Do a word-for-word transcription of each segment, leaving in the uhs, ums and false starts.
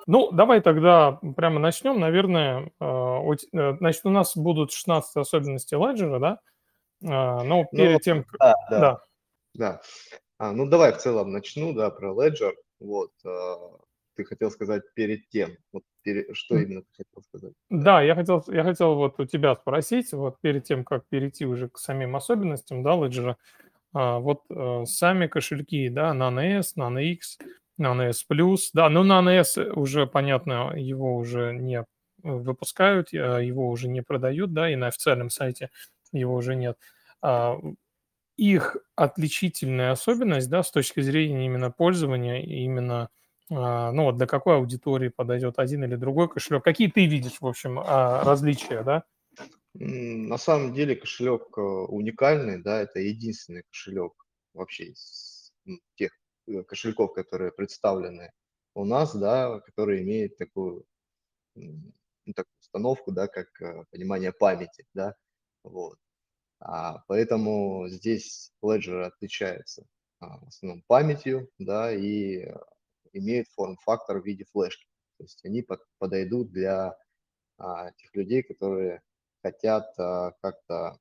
Ну, давай тогда прямо начнем. Наверное, а, у те э, значит, у нас будут шестнадцать особенностей Ledger, да? А, но Ну перед тем, как да, да, да. да. А, ну, давай в целом начну, да, про Ledger. Вот, а, ты хотел сказать перед тем. Вот пере что М, именно ты хотел сказать? Да. да, я хотел я хотел вот у тебя спросить, вот перед тем, как перейти уже к самим особенностям, да, Ledger, а, вот, э, сами кошельки, да, NanoS, NanoX, NanoS Plus, да, ну, NanoS уже, понятно, его уже не, э, выпускают, а, его уже не продают, да, и на официальном сайте его уже нет. А, их отличительная особенность, да, с точки зрения именно пользования, и именно, а, ну, вот для какой аудитории подойдет один или другой кошелек? Какие ты видишь, в общем, а, различия, да? М, на самом деле кошелек, э, уникальный, да, это единственный кошелек вообще из, м, тех, э, кошельков, которые представлены у нас, да, который имеет такую, м, ну, такую установку, да, как, э, понимание памяти, да. Вот. А, поэтому здесь Ledger отличается, а, в основном памятью, да, и, э, имеет форм-фактор в виде флешки. То есть они под подойдут для, а, тех людей, которые хотят, а, как-то,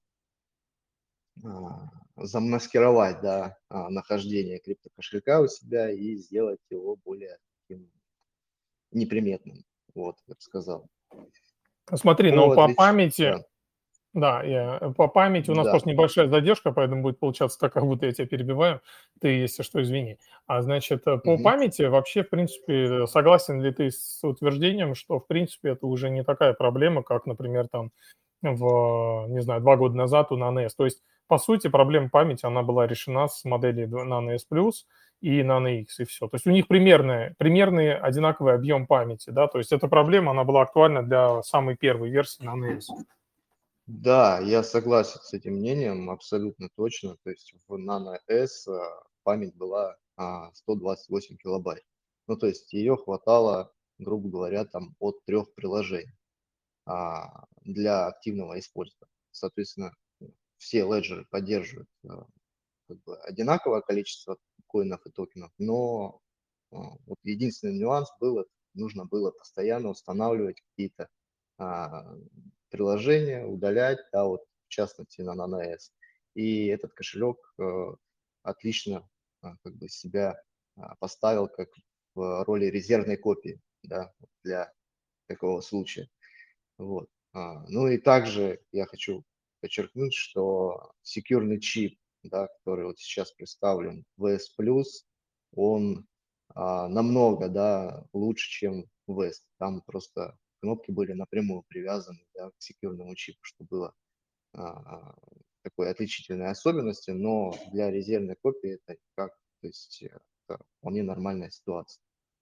а, замаскировать, да, а, нахождение криптокошелька у себя и сделать его более таким неприметным. Вот, я бы сказал. Смотри, но По по отлич памяти Да, да, я э, по памяти у нас да. просто небольшая задержка, поэтому будет получаться так, как будто я тебя перебиваю. Ты, если что, извини. А значит, э, по Мгм. памяти вообще, в принципе, э, согласен ли ты с утверждением, что, в принципе, это уже не такая проблема, как, например, там в, не знаю, два года назад у Nano S? То есть, по сути, проблема памяти, она была решена с моделей дв Nano S Plus и Nano X, и все. То есть у них примерный примерный одинаковый объем памяти, да? То есть эта проблема, она была актуальна для самой первой версии Nano S. Да, я согласен с этим мнением, абсолютно точно. То есть в Nano S а, память была а, сто двадцать восемь килобайт. Ну, то есть ее хватало, грубо говоря, там от трех приложений а, для активного использования. Соответственно, все леджеры поддерживают а, как бы одинаковое количество коинов и токенов, но а, вот единственный нюанс был, это нужно было постоянно устанавливать какие-то а, приложения, удалять, да, вот в частности на NanoS. И этот кошелек э, отлично а, как бы себя а, поставил как в роли резервной копии, да, вот для такого случая. Вот. А, ну и также я хочу подчеркнуть, что секьюрный чип, да, который вот сейчас представлен в V S Plus, он а, намного, да, лучше, чем в West. Там просто кнопки были напрямую привязаны, да, к секьюрному чипу, что было а, такой отличительной особенностью, но для резервной копии это как, то есть э, это вполне нормальная ситуация.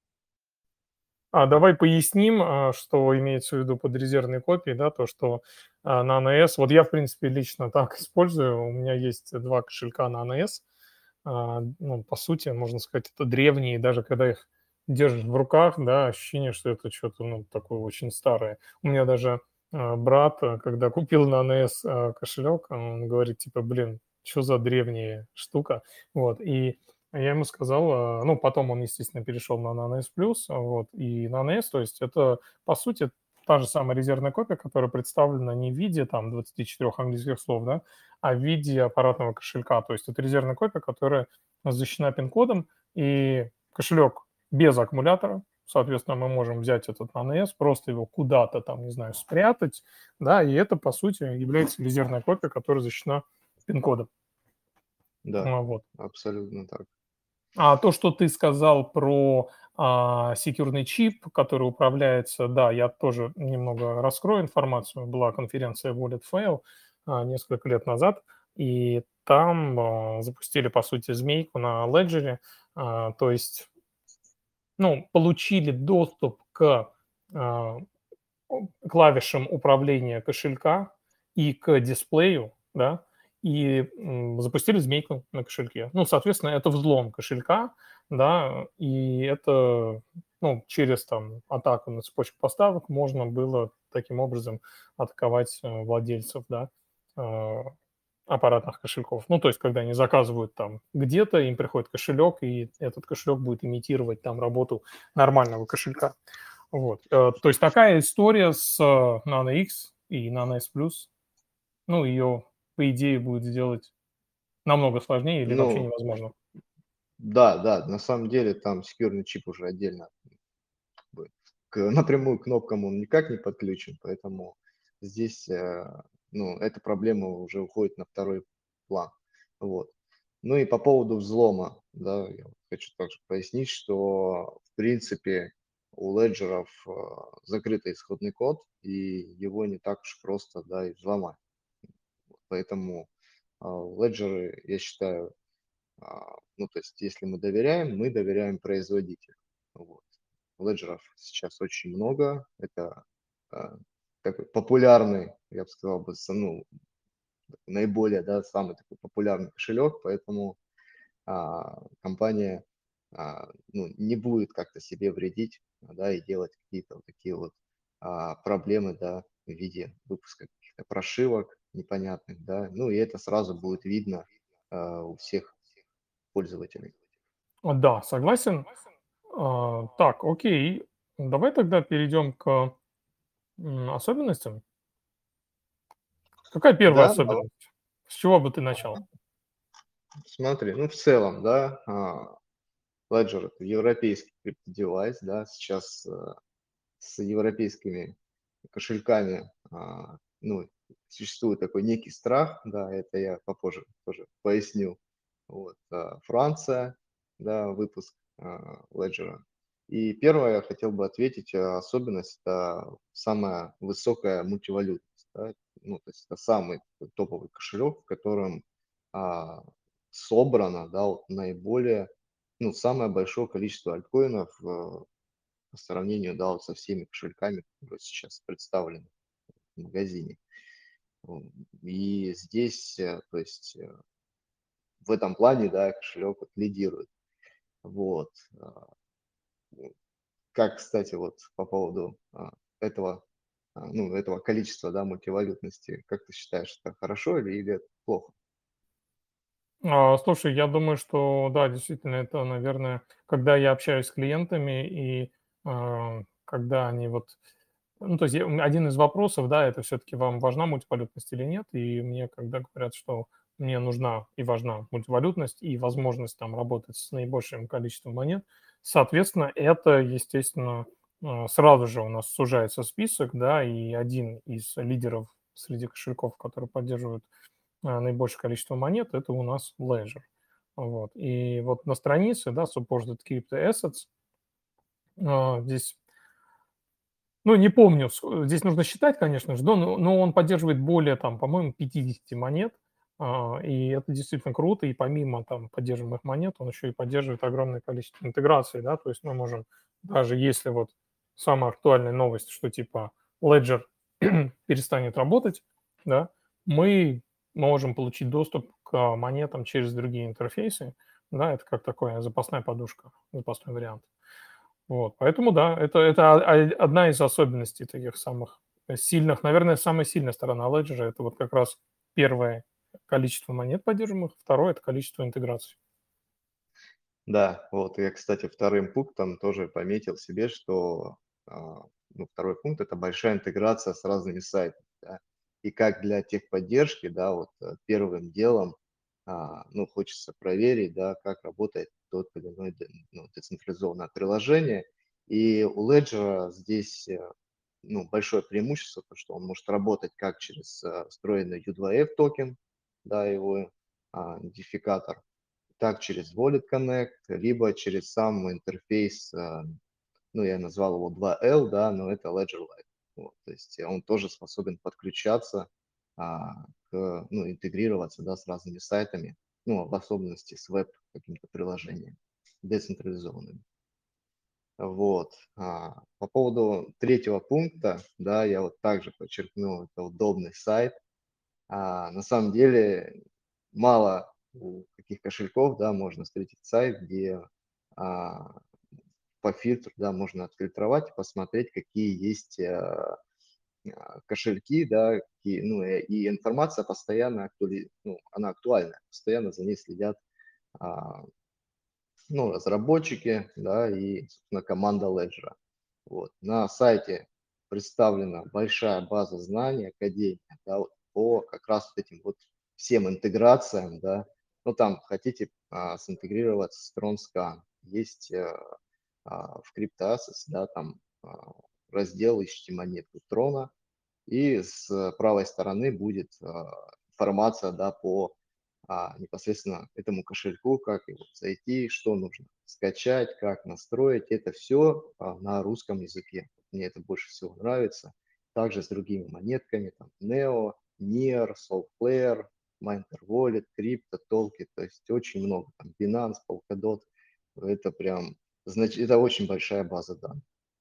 А давай поясним, а, что имеется в виду под резервной копией, да, то, что а, Nano S, вот я, в принципе, лично так использую, у меня есть два кошелька Nano S, а, ну, по сути, можно сказать, это древние, даже когда их держишь в руках, да, ощущение, что это что-то, ну, такое очень старое. У меня даже а, брат, а, когда купил Nano S а, кошелек, он говорит, типа, блин, что за древняя штука, вот, и я ему сказал, а, ну, потом он, естественно, перешел на Nano S Plus, а, вот, и Nano S, то есть это, по сути, та же самая резервная копия, которая представлена не в виде там двадцати четырёх английских слов, да, а в виде аппаратного кошелька. То есть это резервная копия, которая защищена пин-кодом, и кошелек без аккумулятора. Соответственно, мы можем взять этот Nano S, просто его куда-то там, не знаю, спрятать, да, и это, по сути, является резервная копия, которая защищена пин-кодом. Да, А, Вот. абсолютно так. А то, что ты сказал про а, секьюрный чип, который управляется, да, я тоже немного раскрою информацию. Была конференция Wallet Fail а, несколько лет назад, и там а, запустили, по сути, змейку на Ledger, а, то есть, ну, получили доступ к а, о, клавишам управления кошелька и к дисплею, да, и, м, запустили змейку на кошельке. Ну, соответственно, это взлом кошелька, да, и это, ну, через там атаку на цепочку поставок можно было таким образом атаковать, э, владельцев, да, а, аппаратных кошельков. Ну, то есть, когда они заказывают там где-то, им приходит кошелек, и этот кошелек будет имитировать там работу нормального кошелька. Вот. Э, то есть такая история с э, Nano X и Nano S Plus. Ну, ее, по идее, будет сделать намного сложнее или вообще Ну, невозможно. да, да, на самом деле там секьюрный чип уже отдельно бы к напрямую к кнопкам он никак не подключен, поэтому здесь, э, ну, эта проблема уже уходит на второй план. Вот. Ну и по поводу взлома, да, я вот хочу также пояснить, что в принципе у леджеров э, закрытый исходный код, и его не так уж просто, да, и взломать. Поэтому а, леджеры, я считаю, а, ну, то есть если мы доверяем, мы доверяем производителю. Вот. Леджеров сейчас очень много. Это а, такой популярный, я бы сказал бы, с- ну, наиболее, да, самый такой популярный кошелек, поэтому а, компания а, ну, не будет как-то себе вредить, да, и делать какие-то вот такие вот а, проблемы, да, в виде выпуска каких-то прошивок непонятных, да, ну и это сразу будет видно а, у всех пользователей. А, Да, согласен. А, Так, окей. Давай тогда перейдем к м, особенностям. Какая первая Да, да, особенность? С чего бы ты начал? смотри, ну в целом, да, а, Ledger это европейский криптодевайс, да, сейчас э, с европейскими кошельками, а, ну, существует такой некий страх, да, это я попозже тоже поясню. Вот, а, Франция, да, выпуск а, Ledger. И первое, я хотел бы ответить, а, особенность, это самая высокая мультивалютность, да, ну, то есть это самый такой топовый кошелек, в котором а, собрано, да, вот наиболее, ну, самое большое количество альткоинов э, по сравнению, да, вот со всеми кошельками, которые сейчас представлены в магазине. М, И здесь, э, то есть э, в этом плане, да, кошелек вот лидирует. Вот. А, м, Как, кстати, вот по поводу а, этого, а, ну, этого количества, да, мультивалютности, как ты считаешь, это хорошо или, или это плохо? А, Слушай, я думаю, что да, действительно, это, наверное, когда я общаюсь с клиентами и а, когда они вот, ну, то есть я- м, один из вопросов, да, это все-таки вам важна мультивалютность или нет, и мне когда говорят, что мне нужна и важна мультивалютность и возможность там работать с наибольшим количеством монет, соответственно, это, естественно, а, сразу же у нас сужается список, да, и один из лидеров среди кошельков, которые поддерживают а, наибольшее количество монет — это у нас Ledger. Вот. И вот на странице, да, Supported Crypto Assets, а, здесь, ну, не помню, с здесь нужно считать, конечно же, да, но но он поддерживает более, там, по-моему, пятьдесят монет, а, и это действительно круто. И помимо, там, поддерживаемых монет, он еще и поддерживает огромное количество интеграций, да. То есть мы можем, даже если вот самая актуальная новость, что типа Ledger перестанет работать, да, мы можем получить доступ к монетам через другие интерфейсы. Да, это как такая запасная подушка, запасной вариант. Вот, поэтому да, это это о одна из особенностей таких самых э, сильных. Наверное, самая сильная сторона Ledger — это вот как раз первое количество монет поддерживаемых, второе — это количество интеграций. Да, вот я, кстати, вторым пунктом тоже пометил себе, что а, ну, второй пункт – это большая интеграция с разными сайтами. Да. И как для техподдержки, да, вот э, первым делом, а, ну, хочется проверить, да, как работает тот или иной де- ну, децентрализованное приложение. И у Ledger здесь э, ну, большое преимущество, то, что он может работать как через э, встроенный ю два эф токен, да, его а, идентификатор, так через Wallet Connect, либо через сам интерфейс, а, ну, я назвал его два эл, да, но это Ledger Live. Вот, то есть он тоже способен подключаться, а, к, ну, интегрироваться, да, с разными сайтами, ну, в особенности с веб каким-то приложением, децентрализованным. Вот. А, по поводу третьего пункта, да, я вот также подчеркнул, это удобный сайт. А, на самом деле мало у каких кошельков, да, можно встретить сайт, где а, по фильтру, да, можно отфильтровать и посмотреть, какие есть а, а, кошельки, да, какие, ну, и, и информация постоянно актуали, ну, она актуальна, постоянно за ней следят, а, ну, разработчики, да, и, собственно, команда Ledger. Вот. На сайте представлена большая база знаний Академии, да, вот, по как раз вот этим вот всем интеграциям, да. Ну, там хотите а, синтегрироваться с TronScan, есть а, а, в CryptoAssets, да, там а, раздел «Ищите монетку Трона», и с правой стороны будет а, информация, да, по а, непосредственно этому кошельку, как его зайти, что нужно скачать, как настроить. Это все а, на русском языке. Мне это больше всего нравится. Также с другими монетками, там, Neo, Near, Solplayer, Minter Wallet, Crypto, Толки, то есть очень много, там, Binance, Polkadot. Это прям, значит, это очень большая база данных.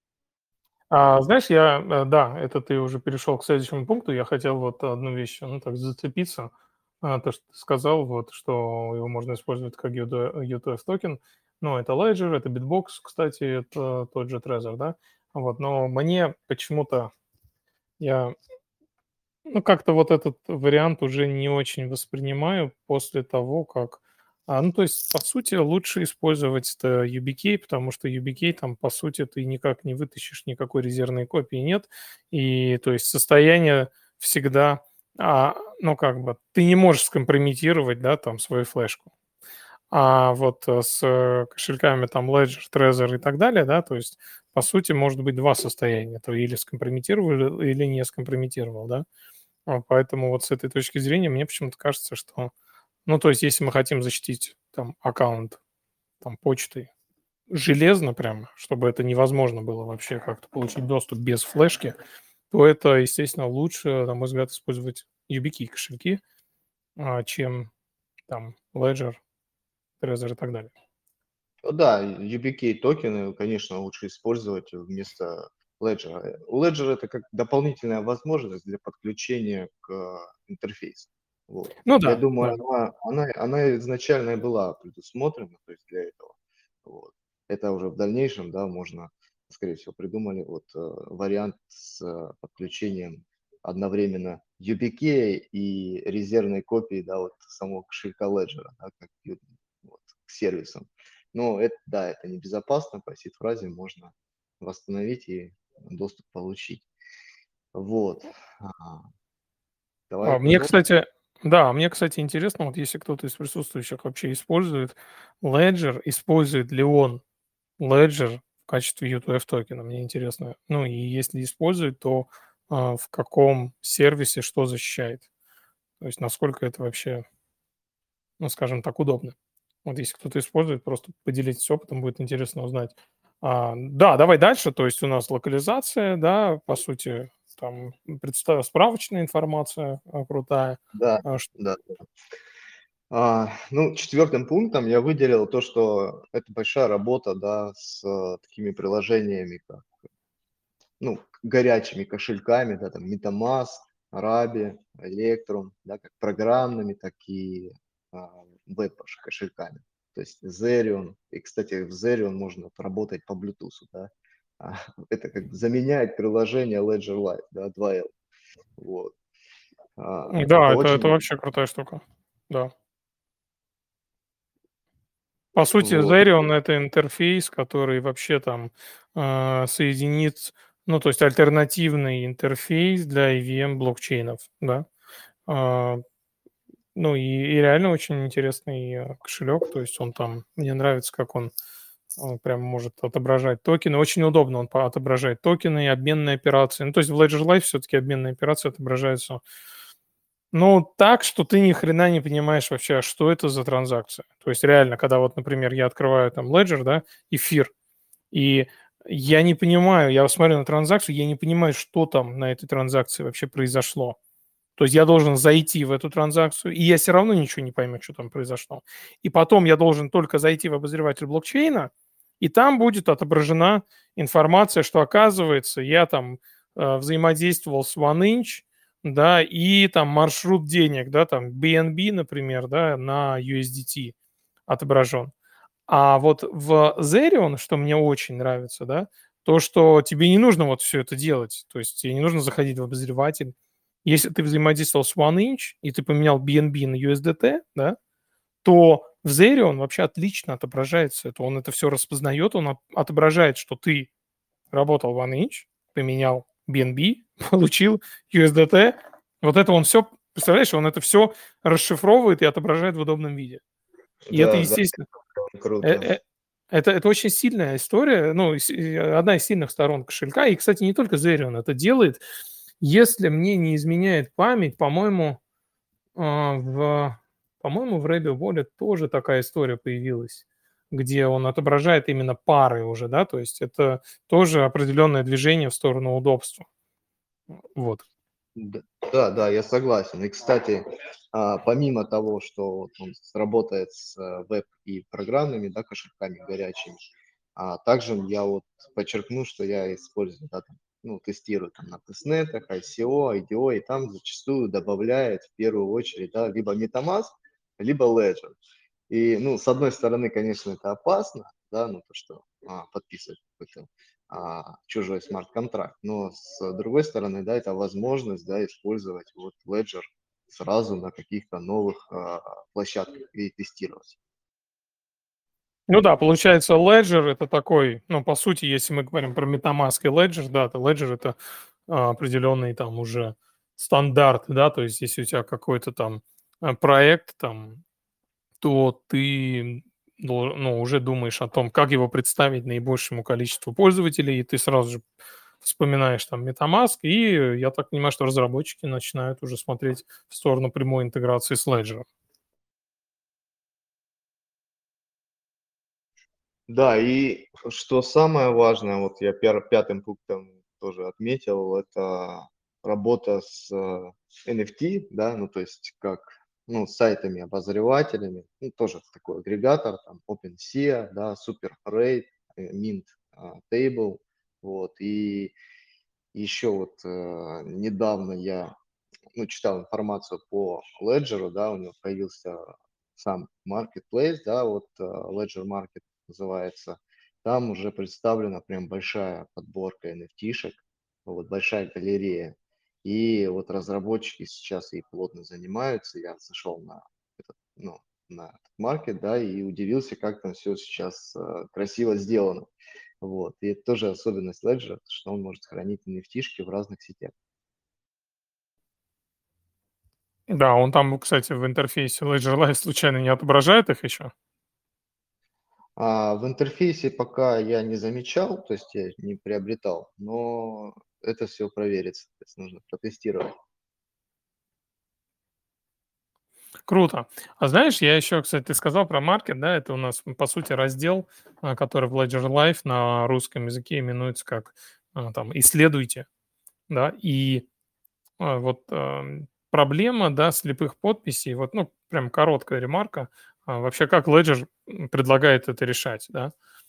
А, знаешь, я, э, да, это ты уже перешел к следующему пункту. Я хотел вот одну вещь, ну, так зацепиться. А, то, что ты сказал, вот, что его можно использовать как ю ти эф токен. Ну, это Ledger, это Bitbox, кстати, это тот же Trezor, да. Вот, но мне почему-то я, ну, как-то вот этот вариант уже не очень воспринимаю после того, как... А, ну, то есть, по сути, лучше использовать это ю би кей, потому что ю би кей там, по сути, ты никак не вытащишь, никакой резервной копии нет. И, то есть, состояние всегда, а, ну, как бы, ты не можешь скомпрометировать, да, там, свою флешку. А вот э, с э, кошельками там Ledger, Trezor и так далее, да, то есть, по сути, может быть два состояния. То или скомпрометировал, или не скомпрометировал, да. А, поэтому вот с этой точки зрения мне почему-то кажется, что, ну, то есть, если мы хотим защитить там аккаунт там почтой железно прямо, чтобы это невозможно было вообще как-то получить доступ без флешки, то это, естественно, лучше, на мой взгляд, использовать ю би кей кошельки, а, чем там Ledger, Trezor и так далее. Ну да, ю би кей токены, конечно, лучше использовать вместо Ledger. Ledger это как дополнительная возможность для подключения к интерфейсу. Вот. Ну Я да, думаю, да. она, она, она изначально и была предусмотрена, то есть для этого. Вот. Это уже в дальнейшем, да, можно, скорее всего, придумали вот э, вариант с э, подключением одновременно ю би кей и резервной копии, да, вот самого кошелька Ledger, да, как, вот, к сервисам. Но это, да, это небезопасно, по сид-фразе можно восстановить и доступ получить. Вот. А, Давай А, мне, продолжим. кстати, да, мне, кстати, интересно, вот если кто-то из присутствующих вообще использует Ledger, использует ли он Ledger в качестве ю ти эф токена, мне интересно. Ну и если использует, то а, в каком сервисе что защищает? То есть насколько это вообще, ну, скажем так, удобно. Вот если кто-то использует, просто поделитесь опытом, будет интересно узнать. А, да, давай дальше. То есть у нас локализация, да, по сути, там представ... справочная информация а, крутая. Да, А, ш- да. А, ну, четвертым пунктом я выделил то, что это большая работа, да, с э, такими приложениями, как, ну, горячими кошельками, да, там, MetaMask, Arabi, Electrum, да, как программными, так и а, веб-кошельками. То есть Zerion, и, кстати, в Zerion можно работать по Bluetooth, да. А, это как бы заменяет приложение Ledger Live, да, два эл. Вот. А, Да, это это, это очень, вообще крутая штука. Да. По сути, вот. Zerion — это интерфейс, который вообще там а, соединит, ну, то есть альтернативный интерфейс для ай ви эм-блокчейнов, да. А, ну, и, и реально очень интересный э, кошелек, то есть он там, мне нравится, как он, он прям может отображать токены. Очень удобно он по- отображает токены и обменные операции. Ну, то есть в Ledger Live все-таки обменные операции отображаются, ну, так, что ты ни хрена не понимаешь вообще, а что это за транзакция. То есть реально, когда вот, например, я открываю там Ledger, да, эфир, и я не понимаю, я смотрю на транзакцию, я не понимаю, что там на этой транзакции вообще произошло. То есть я должен зайти в эту транзакцию, и я все равно ничего не пойму, что там произошло. И потом я должен только зайти в обозреватель блокчейна, и там будет отображена информация, что, оказывается, я там э, взаимодействовал с OneInch, да, и там маршрут денег, да, там би эн би, например, да, на ю эс ди ти отображен. А вот в Zerion, что мне очень нравится, да, то, что тебе не нужно вот все это делать. То есть тебе не нужно заходить в обозреватель. Если ты взаимодействовал с OneInch и ты поменял би эн би на ю эс ди ти, да, то в Zerion вообще отлично отображается это. Он это все распознает, он отображает, что ты работал OneInch, поменял би эн би, получил ю эс ди ти. Вот это он все, представляешь, он это все расшифровывает и отображает в удобном виде. И это, Да, да, естественно, э- круто. э- это, это очень сильная история, ну, и с- и одна из сильных сторон кошелька. И, кстати, не только Zerion он это делает. Если мне не изменяет память, по-моему, а, в, по-моему, в Rebel Wallet тоже такая история появилась, где он отображает именно пары уже, да, то есть это тоже определенное движение в сторону удобства. Вот. Д- Да, да, я согласен. И, кстати, а, помимо того, что вот он сработает с э, веб и программными, да, кошельками горячими, а также я вот подчеркну, что я использую, да, там, ну, тестирую там на тестнетах, ай си о, ай ди о, и там зачастую добавляет в первую очередь, да, либо MetaMask, либо Ledger. И, ну, с одной стороны, конечно, это опасно, да, ну, то, что а, подписывать какой-то а, чужой смарт-контракт, но с другой стороны, да, это возможность, да, использовать вот Ledger сразу на каких-то новых а, площадках и тестировать. Ну да, получается, Ledger это такой, ну, по сути, если мы говорим про MetaMask и Ledger, да, то Ledger это а, определенный там уже стандарт, да, то есть если у тебя какой-то там а, проект там, то ты дол- ну, уже думаешь о том, как его представить наибольшему количеству пользователей, и ты сразу же вспоминаешь там MetaMask, и я так понимаю, что разработчики начинают уже смотреть в сторону прямой интеграции с Ledger. Да, и что самое важное, вот я пер- пятым пунктом тоже отметил, это работа с э, эн эф ти, да, ну то есть как, ну, с сайтами, обозревателями, ну, тоже такой агрегатор, там, OpenSea, да, SuperRate, э, Mint, а, Table, вот, и еще вот э, недавно я, ну, читал информацию по Ledger, да, у него появился сам marketplace, да, вот э, Ledger Market называется. Там уже представлена прям большая подборка эн эф ти-шек, вот большая галерея. И вот разработчики сейчас и плотно занимаются. Я зашел на этот, ну, на этот маркет, да, и удивился, как там все сейчас э, красиво сделано. Вот. И это тоже особенность Ledger, что он может хранить эн эф ти-шки в разных сетях. Да, он там, кстати, в интерфейсе Ledger Live случайно не отображает их еще? А в интерфейсе пока я не замечал, то есть я не приобретал, но это все проверится, то есть нужно протестировать. Круто. А знаешь, я еще, кстати, ты сказал про маркет, да, это у нас, м, по сути, раздел, а, который в Ledger Live на русском языке именуется как а, там «Исследуйте», да, и а, вот ам, проблема, да, слепых подписей, вот, ну, прям короткая ремарка, а, вообще как Ledger м, предлагает это решать, да.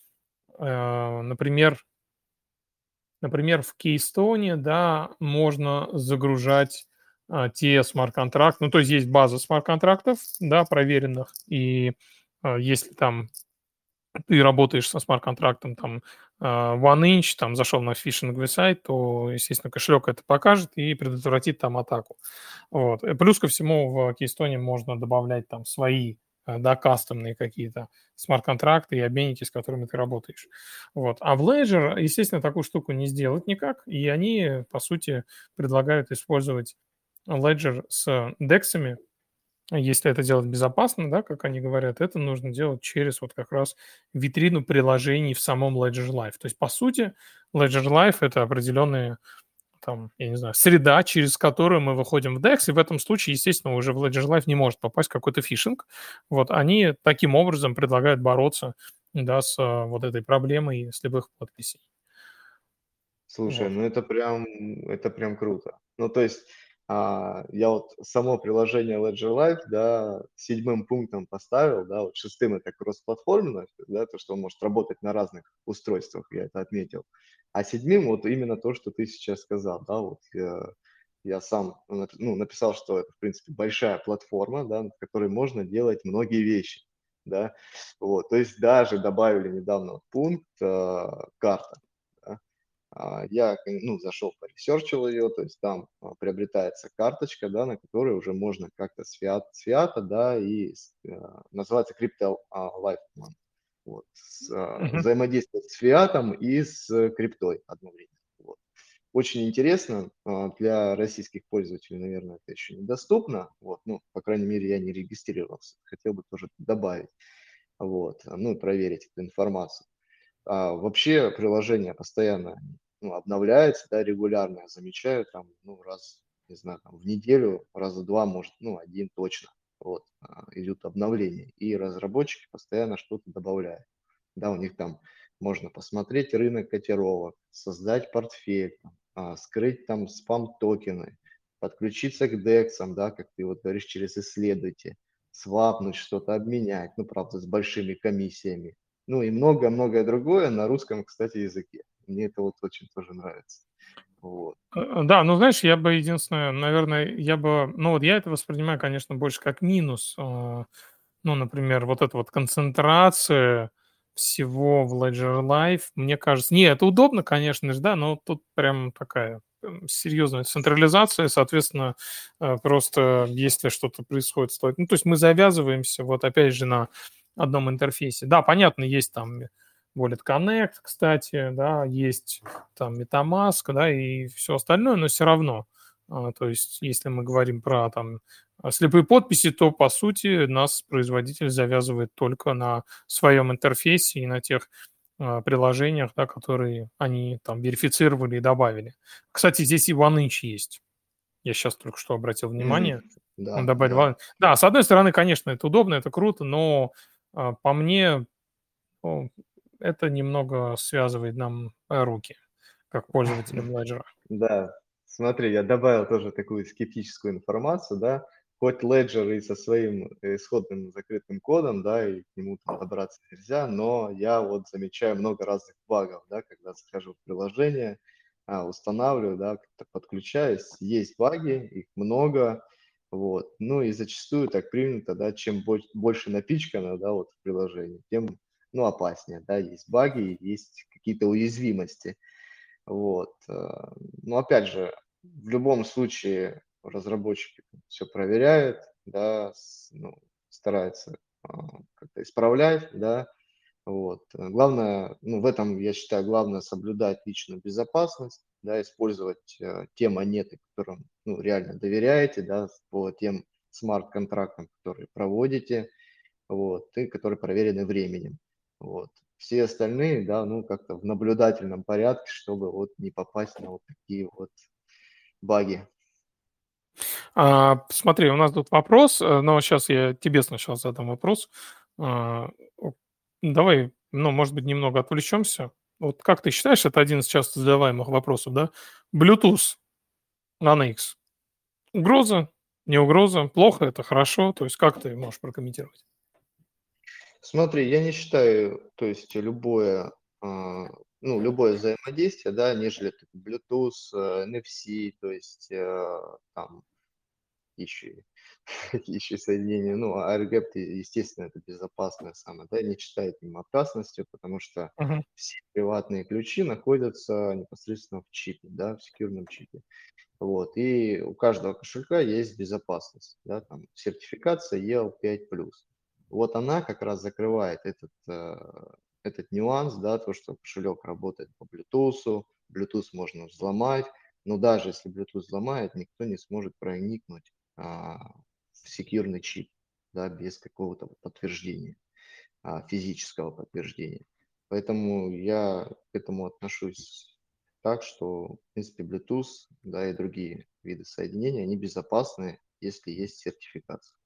Э, Например, Например, в Keystone, да, можно загружать а, те смарт-контракты, ну, то есть есть база смарт-контрактов, да, проверенных, и а, если там ты работаешь со смарт-контрактом, там, а, OneInch, там, зашел на фишинговый сайт, то, естественно, кошелек это покажет и предотвратит там атаку. Вот. И плюс ко всему в Keystone можно добавлять там свои, э, да, кастомные какие-то смарт-контракты и обменники, с которыми ты работаешь. Вот. А в Ledger, естественно, такую штуку не сделать никак, и они, по сути, предлагают использовать Ledger с дексами. Если это делать безопасно, да, как они говорят, это нужно делать через вот как раз витрину приложений в самом Ledger Live. То есть, по сути, Ledger Live — это определенные там, я не знаю, среда, через которую мы выходим в декс, и в этом случае, естественно, уже в Ledger Live не может попасть какой-то фишинг. Вот они таким образом предлагают бороться, да, с а, вот этой проблемой слепых подписей. Слушай, Вот. ну это прям, это прям круто. Ну, то есть, а, я вот само приложение Ledger Live, да, седьмым пунктом поставил, да, вот шестым это кроссплатформенность, да, то, что он может работать на разных устройствах, я это отметил. А седьмым вот именно то, что ты сейчас сказал, да, вот я, я сам, ну, нап- ну, написал, что это, в принципе, большая платформа, да, на которой можно делать многие вещи, да, вот, то есть даже добавили недавно вот пункт а, карта. Да. А, Я, кон- ну, зашел, поресерчил ее, то есть там а, приобретается карточка, да, на которой уже можно как-то с фиат, с фиата, да, и с, а, называется Crypto а, Life Command. Вот, с, а, Мгм. взаимодействовать с фиатом и с криптой одновременно. Вот. Очень интересно, а, для российских пользователей, наверное, это еще недоступно. Вот, ну, по крайней мере, я не регистрировался. Хотел бы тоже добавить, вот, ну, и проверить эту информацию. А, вообще приложение постоянно, ну, обновляется, да, регулярно. Я замечаю, там, ну, раз, не знаю, там, в неделю, раза два, может, ну, один точно, вот, а, идут обновления. И разработчики постоянно что-то добавляют. Да, у них там можно посмотреть рынок котировок, создать портфель, там, а, скрыть там спам-токены, подключиться к дексам, да, как ты вот говоришь, через исследователь, свапнуть что-то, обменять, ну, правда, с большими комиссиями. Ну и многое-многое другое на русском, кстати, языке. Мне это вот очень тоже нравится. Вот. Э, Да, ну знаешь, я бы единственное, наверное, я бы, ну вот я это воспринимаю, конечно, больше как минус. а, Ну, например, вот эта вот концентрация всего в Ledger Live, мне кажется, не, это удобно, конечно же, да, но тут прям такая м, серьезная централизация, соответственно, э, просто если что-то происходит, стоит. Ну, то есть мы завязываемся, вот опять же, на одном интерфейсе. Да, понятно, есть там Wallet Connect, кстати, да, есть там MetaMask, да, и все остальное, но все равно. А, То есть, если мы говорим про там а слепые подписи, то, по сути, нас производитель завязывает только на своем интерфейсе и на тех а, приложениях, да, которые они там верифицировали и добавили. Кстати, здесь и OneInch есть. Я сейчас только что обратил Мгм. внимание. Он Да, добавил да. OneInch. Да, с одной стороны, конечно, это удобно, это круто, но а, по мне ну, это немного связывает нам э, руки, как пользователям Ledger. Да, смотри, я добавил тоже такую скептическую информацию, да. Хоть Ledger и со своим э, исходным закрытым кодом, да, и к нему там добраться нельзя, но я вот замечаю много разных багов, да, когда захожу в приложение, а, устанавливаю, да, как-то подключаюсь, есть баги, их много, вот. Ну и зачастую так принято, да, чем больше, больше напичкано, да, вот в приложении, тем, ну, опаснее, да, есть баги, есть какие-то уязвимости. Вот. э, Но опять же, в любом случае разработчики все проверяют, да, с- ну, стараются а, как-то исправлять, да. Вот. Э, Главное, ну, в этом, я считаю, главное соблюдать личную безопасность, да, использовать э, те монеты, которым, ну, реально доверяете, да, по тем смарт-контрактам, которые проводите, вот, и которые проверены временем. Вот. Все остальные, да, ну, как-то в наблюдательном порядке, чтобы вот не попасть на вот такие вот баги. А, смотри, у нас тут вопрос, э, но сейчас я тебе сначала задам вопрос. А, о, Давай, ну, может быть, немного отвлечемся. Вот как ты считаешь, это один из часто задаваемых вопросов, да? Bluetooth на Nano X. Угроза, не угроза, плохо это, хорошо? То есть как ты можешь прокомментировать? Смотри, я не считаю, то есть любое, а, ну, любое взаимодействие, да, нежели это Bluetooth, э, эн эф си, то есть э, там еще, какие еще соединения, ну, а AirGap, естественно, это безопасное самое, да, не считает им опасностью, потому что Мгм. все приватные ключи находятся непосредственно в чипе, да, в секьюрном чипе. Вот, и у каждого кошелька есть безопасность, да, там сертификация и эл пять плюс. Вот она как раз закрывает этот, э, этот нюанс, да, то, что кошелек работает по Bluetooth, Bluetooth можно взломать, но даже если Bluetooth взломает, никто не сможет проникнуть а, в секьюрный чип, да, без какого-то подтверждения, а, физического подтверждения. Поэтому я к этому отношусь так, что, в принципе, Bluetooth, да, и другие виды соединения, они безопасны, если есть сертификация.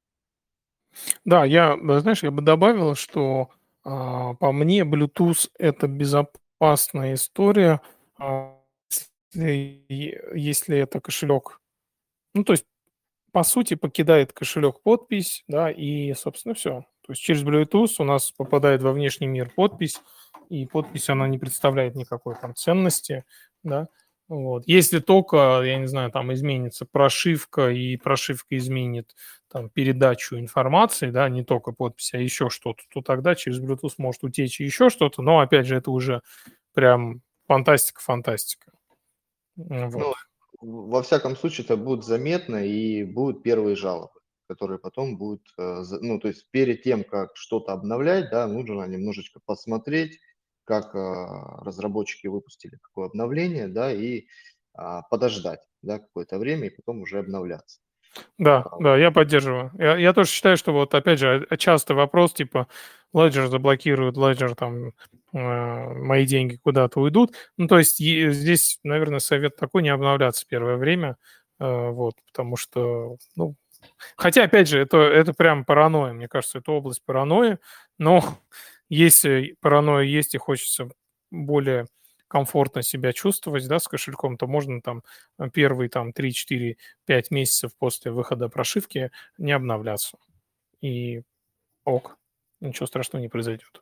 Да, я, э, знаешь, я бы добавил, что а, по мне Bluetooth это безопасная история, а, если, если это кошелек. Ну, то есть по сути, покидает кошелек подпись, да, и, собственно, все. То есть через Bluetooth у нас попадает во внешний мир подпись, и подпись, она не представляет никакой там ценности, да. Вот. Если только, я не знаю, там изменится прошивка, и прошивка изменит там передачу информации, да, не только подпись, а еще что-то, то тогда через Bluetooth может утечь еще что-то, но, опять же, это уже прям фантастика-фантастика. М, Ну, Вот. в- во всяком случае, это будет заметно и будут первые жалобы. который потом будет, э, за- ну, то есть перед тем, как что-то обновлять, да, нужно немножечко посмотреть, как а, разработчики выпустили какое обновление, да, и а, подождать, да, какое-то время и потом уже обновляться. Да, А, да, я поддерживаю. Я, я тоже считаю, что вот опять же э, частый вопрос типа Ledger заблокирует, Ledger там э, мои деньги куда-то уйдут. Ну то есть е- здесь, наверное, совет такой не обновляться первое время, э, вот, потому что, ну, хотя опять же это это прям паранойя, мне кажется, это область паранойи, но если паранойя есть и хочется более комфортно себя чувствовать, да, с кошельком, то можно там э, первые там три, четыре, пять месяцев после выхода прошивки не обновляться. И ок, ничего страшного не произойдет.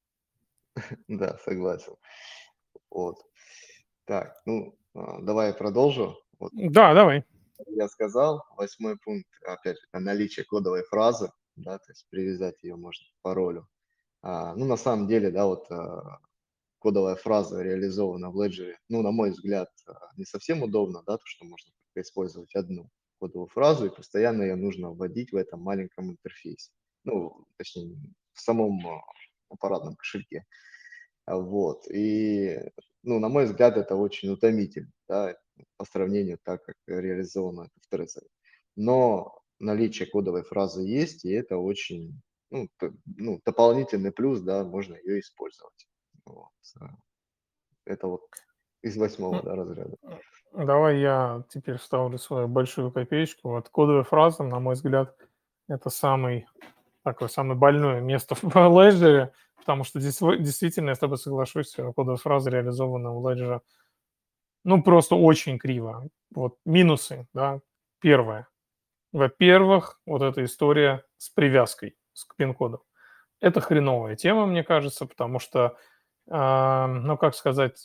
да, согласен. Вот. Так, ну, а, давай я продолжу. Вот Да, давай. я сказал, восьмой пункт, опять же, это наличие кодовой фразы, да, то есть привязать ее можно к паролю. А, ну, на самом деле, да, вот а, кодовая фраза реализована в Ledger, ну, на мой взгляд, а, не совсем удобно, да, то, что можно только использовать одну кодовую фразу, и постоянно ее нужно вводить в этом маленьком интерфейсе. Ну, точнее, в самом а, аппаратном кошельке. А, Вот. И, ну, на мой взгляд, это очень утомительно, да, по сравнению так, как реализовано это в Trezor. Но наличие кодовой фразы есть, и это очень, ну, т- ну, дополнительный плюс, да, можно ее использовать. Вот. а, Это вот из восьмого, М, да, разряда. Давай я теперь вставлю свою большую копеечку. Вот кодовая фраза, на мой взгляд, это самый такое самое больное место в Ledger, потому что здесь вы- действительно, я с тобой соглашусь, э, кодовая фраза реализована у Ledger, ну, просто очень криво. Вот минусы, да. Первое. Во-первых, вот эта история с привязкой с к пин-коду. Это хреновая тема, мне кажется, потому что, а, ну, как сказать,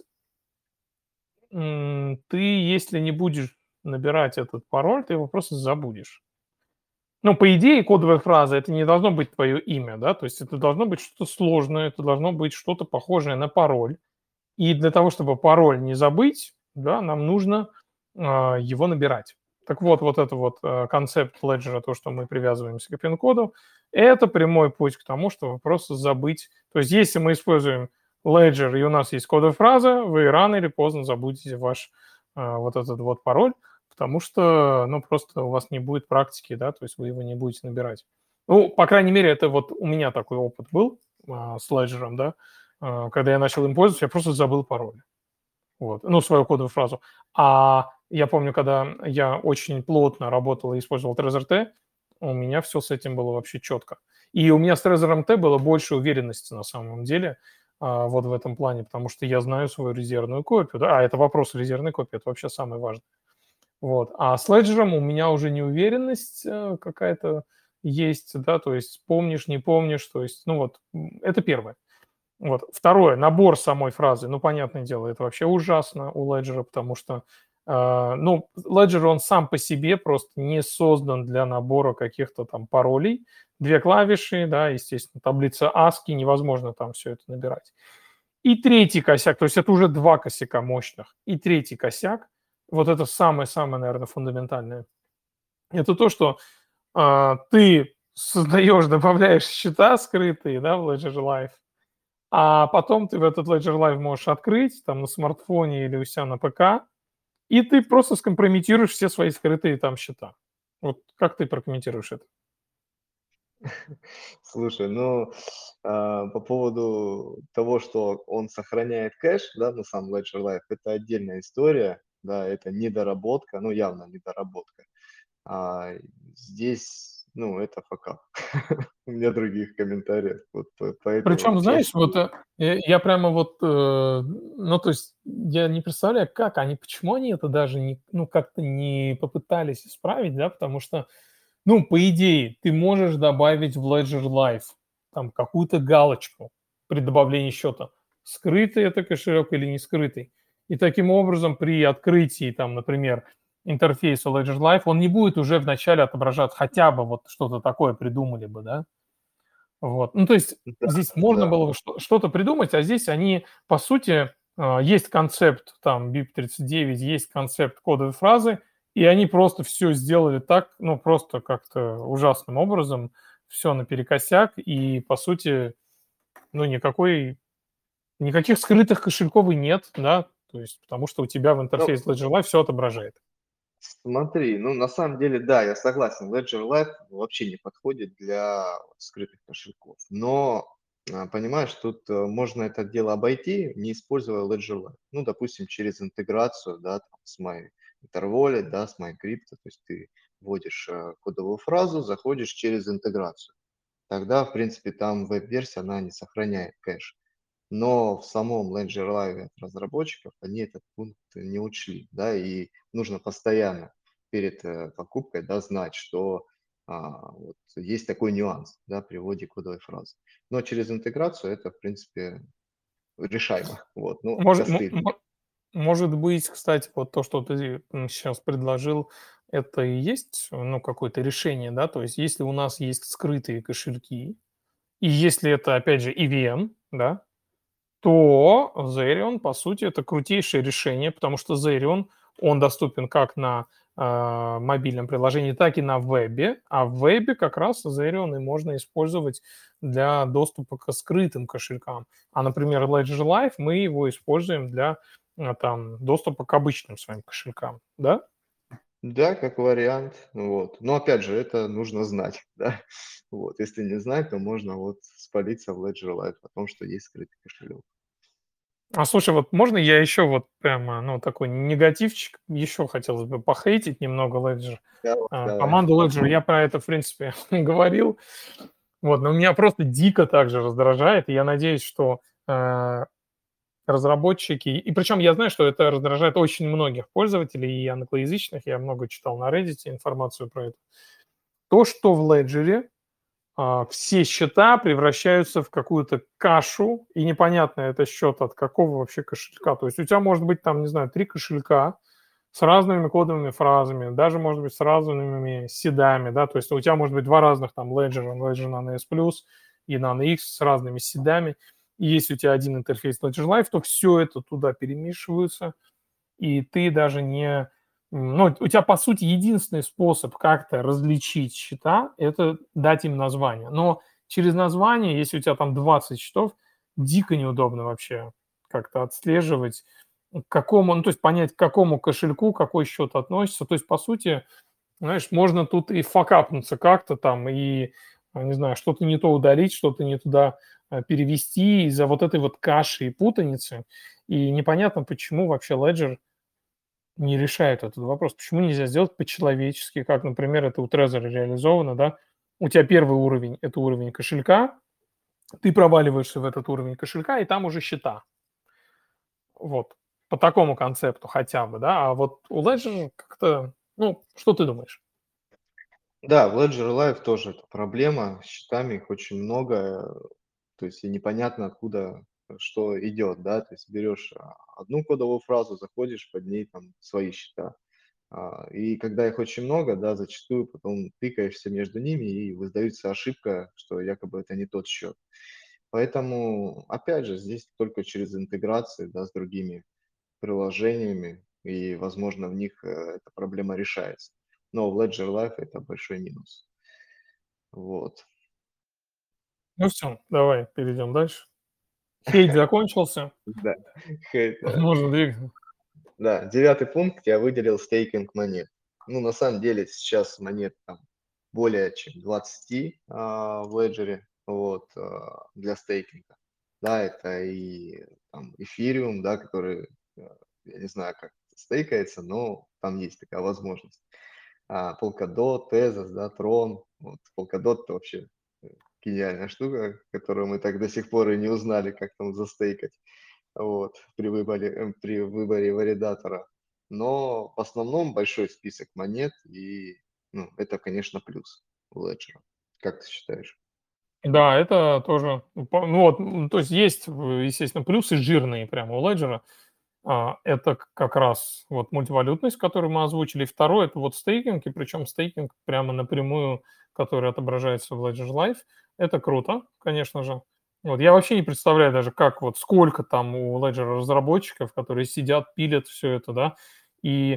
м, ты, если не будешь набирать этот пароль, ты его просто забудешь. Ну, по идее, кодовая фраза — это не должно быть твое имя, да, то есть это должно быть что-то сложное, это должно быть что-то похожее на пароль. И для того, чтобы пароль не забыть, да, нам нужно, а, его набирать. Так вот, вот это вот, э, концепт Ledger, то, что мы привязываемся к пин-коду, это прямой путь к тому, чтобы просто забыть. То есть если мы используем Ledger и у нас есть кодовая фраза, вы рано или поздно забудете ваш, а, вот этот вот пароль, потому что, ну, просто у вас не будет практики, да, то есть вы его не будете набирать. Ну, по крайней мере, это вот у меня такой опыт был, а, с Ledger, да. А, когда я начал им пользоваться, я просто забыл пароль. Вот, ну, свою кодовую фразу. А я помню, когда я очень плотно работал и использовал Trezor T, у меня все с этим было вообще четко. И у меня с Trezor T было больше уверенности на самом деле, а, вот в этом плане, потому что я знаю свою резервную копию. Да? А это вопрос резервной копии, это вообще самое важное. Вот. А с Ledger у меня уже неуверенность э, какая-то есть, да, то есть помнишь, не помнишь, то есть, ну вот, м, это первое. Вот. Второе, набор самой фразы. Ну, понятное дело, это вообще ужасно у Ledger, потому что, э, ну, Ledger, он сам по себе просто не создан для набора каких-то там паролей. Две клавиши, да, естественно, таблица ASCII, невозможно там все это набирать. И третий косяк, то есть это уже два косяка мощных. И третий косяк, вот это самое-самое, наверное, фундаментальное, это то, что а, ты создаешь, добавляешь счета скрытые, да, в Ledger Live, а потом ты в этот Ledger Live можешь открыть там на смартфоне или у себя на ПК, и ты просто скомпрометируешь все свои скрытые там счета. Вот как ты прокомментируешь это? Слушай, ну, а, по поводу того, что он сохраняет кэш, да, на сам Ledger Live, это отдельная история, да, это недоработка, ну, явно недоработка. А здесь, ну, это факап. У меня других комментариев вот по, по этой вот Причем, знаешь, части. вот э, я я прямо вот, э, ну, то есть я не представляю, как они, почему они это даже не, ну, как-то не попытались исправить, да, потому что, ну, по идее, ты можешь добавить в Ledger Live там какую-то галочку при добавлении счета, скрытый это кошелек или не скрытый. И таким образом при открытии, там, например, интерфейса Ledger Live, он не будет уже вначале отображаться, хотя бы вот что-то такое придумали бы, да. Вот. Ну, то есть Да, здесь можно да. было бы что- что-то придумать, а здесь они, по сути, а, есть концепт там бип тридцать девять, есть концепт кодовой фразы, И они просто все сделали так, ну, просто как-то ужасным образом, все наперекосяк, и, по сути, ну, никакой никаких скрытых кошельков и нет, да, то есть потому что у тебя в Ну, интерфейс Ledger Live все отображает. смотри, ну, на самом деле, да, я согласен, Ledger Live вообще не подходит для вот скрытых кошельков. Но, а, понимаешь, тут э, можно это дело обойти, не используя Ledger Live. Ну, допустим, через интеграцию, да, там, с MyInterWallet, да, с MyCrypto, то есть ты вводишь э, кодовую фразу, заходишь через интеграцию. Тогда, в принципе, там веб-версия, она не сохраняет кэш. Но в самом Ledger Live от разработчиков они этот пункт не учли, да, и нужно постоянно перед э, покупкой, да, знать, что а, вот есть такой нюанс, да, при вводе кодовой фразы. Но через интеграцию это, в принципе, решаемо, вот, ну, Может мо костыль. мо может быть, кстати, вот то, что ты, сейчас предложил, это и есть, ну, какое-то решение, да? То есть если у нас есть скрытые кошельки, и если это, опять же, и ви эм, да, то Zerion, по сути, это крутейшее решение, потому что Zerion, он доступен как на а, мобильном приложении, так и на вебе, а в вебе как раз Zerion и можно использовать для доступа к скрытым кошелькам. А, например, Ledger Live мы его используем для а, там, доступа к обычным своим кошелькам, да? Да, как вариант, вот. Но опять же, это нужно знать, да. Вот, если не знать, то можно вот спалиться в Ledger Live о том, что есть скрытый кошелек. А слушай, вот можно я еще вот прямо, ну, такой негативчик, еще хотелось бы похейтить немного Ledger. Давай, А, давай. команду Ledger, я про это, в принципе, говорил. Вот, но меня просто дико также раздражает, и я надеюсь, что э, разработчики, и причем я знаю, что это раздражает очень многих пользователей и англоязычных, я много читал на Reddit информацию про это. То, что в Ledger а, все счета превращаются в какую-то кашу, и непонятно, это счет от какого вообще кошелька. То есть у тебя может быть там, не знаю, три кошелька с разными кодовыми фразами, даже, может быть, с разными седами, да, то есть у тебя может быть два разных там Ledger, Ledger Nano S Plus и Nano X с разными седами, и если у тебя один интерфейс Ledger Live, то все это туда перемешивается, и ты даже не... Ну, у тебя, по сути, единственный способ как-то различить счета – это дать им название. Но через название, если у тебя там двадцать счетов, дико неудобно вообще как-то отслеживать, к какому, ну, то есть понять, к какому кошельку какой счет относится. То есть, по сути, знаешь, можно тут и факапнуться как-то там, и, а, не знаю, что-то не то удалить, что-то не туда а, перевести из-за вот этой вот каши и путаницы. И непонятно, почему вообще Ledger не решает этот вопрос. Почему нельзя сделать по-человечески, как, например, это у Trezor реализовано, да? У тебя первый уровень – это уровень кошелька, ты проваливаешься в этот уровень кошелька, и там уже счета. Вот. По такому концепту хотя бы, да? А вот у Ledger как-то, ну, что ты думаешь? Да, в Ledger Live тоже это проблема. С счетами их очень много, э, то есть и непонятно, откуда э, что идет, да. То есть берешь а, одну кодовую фразу, заходишь, под ней там свои счета. А, И когда их очень много, да, зачастую потом тыкаешься между ними и выдается ошибка, что якобы это не тот счет. Поэтому, опять же, здесь только через интеграции, да, с другими приложениями, и, возможно, в них э, эта проблема решается. Но в Ledger Live это большой минус. Вот. Ну все, давай перейдем дальше. Хейт закончился, Да, хейт, да. можно двигаться. Да, девятый пункт я выделил стейкинг монет. Ну, на самом деле сейчас монет там более чем двадцать а, в Ledger вот, а, для стейкинга. Да, это и там эфириум, да, который, э, я не знаю, как стейкается, но там есть такая возможность. А, Polkadot, Tezos, да, Tron. Вот, Polkadot это вообще э, гениальная штука, которую мы так до сих пор и не узнали, как там застейкать вот, при выборе, э, при выборе валидатора. Но в основном большой список монет, и ну, это, конечно, плюс у Ledger. Как ты считаешь? Да, это тоже, ну, по- ну вот, м, то есть есть, э, естественно, плюсы жирные прямо у Ledger. А, это к как раз вот мультивалютность, которую мы озвучили. Второе – это вот стейкинг, и причем стейкинг прямо напрямую, который отображается в Ledger Live. Это круто, конечно же. Вот я вообще не представляю даже, как вот сколько там у Ledger разработчиков, которые сидят, пилят все это, да. И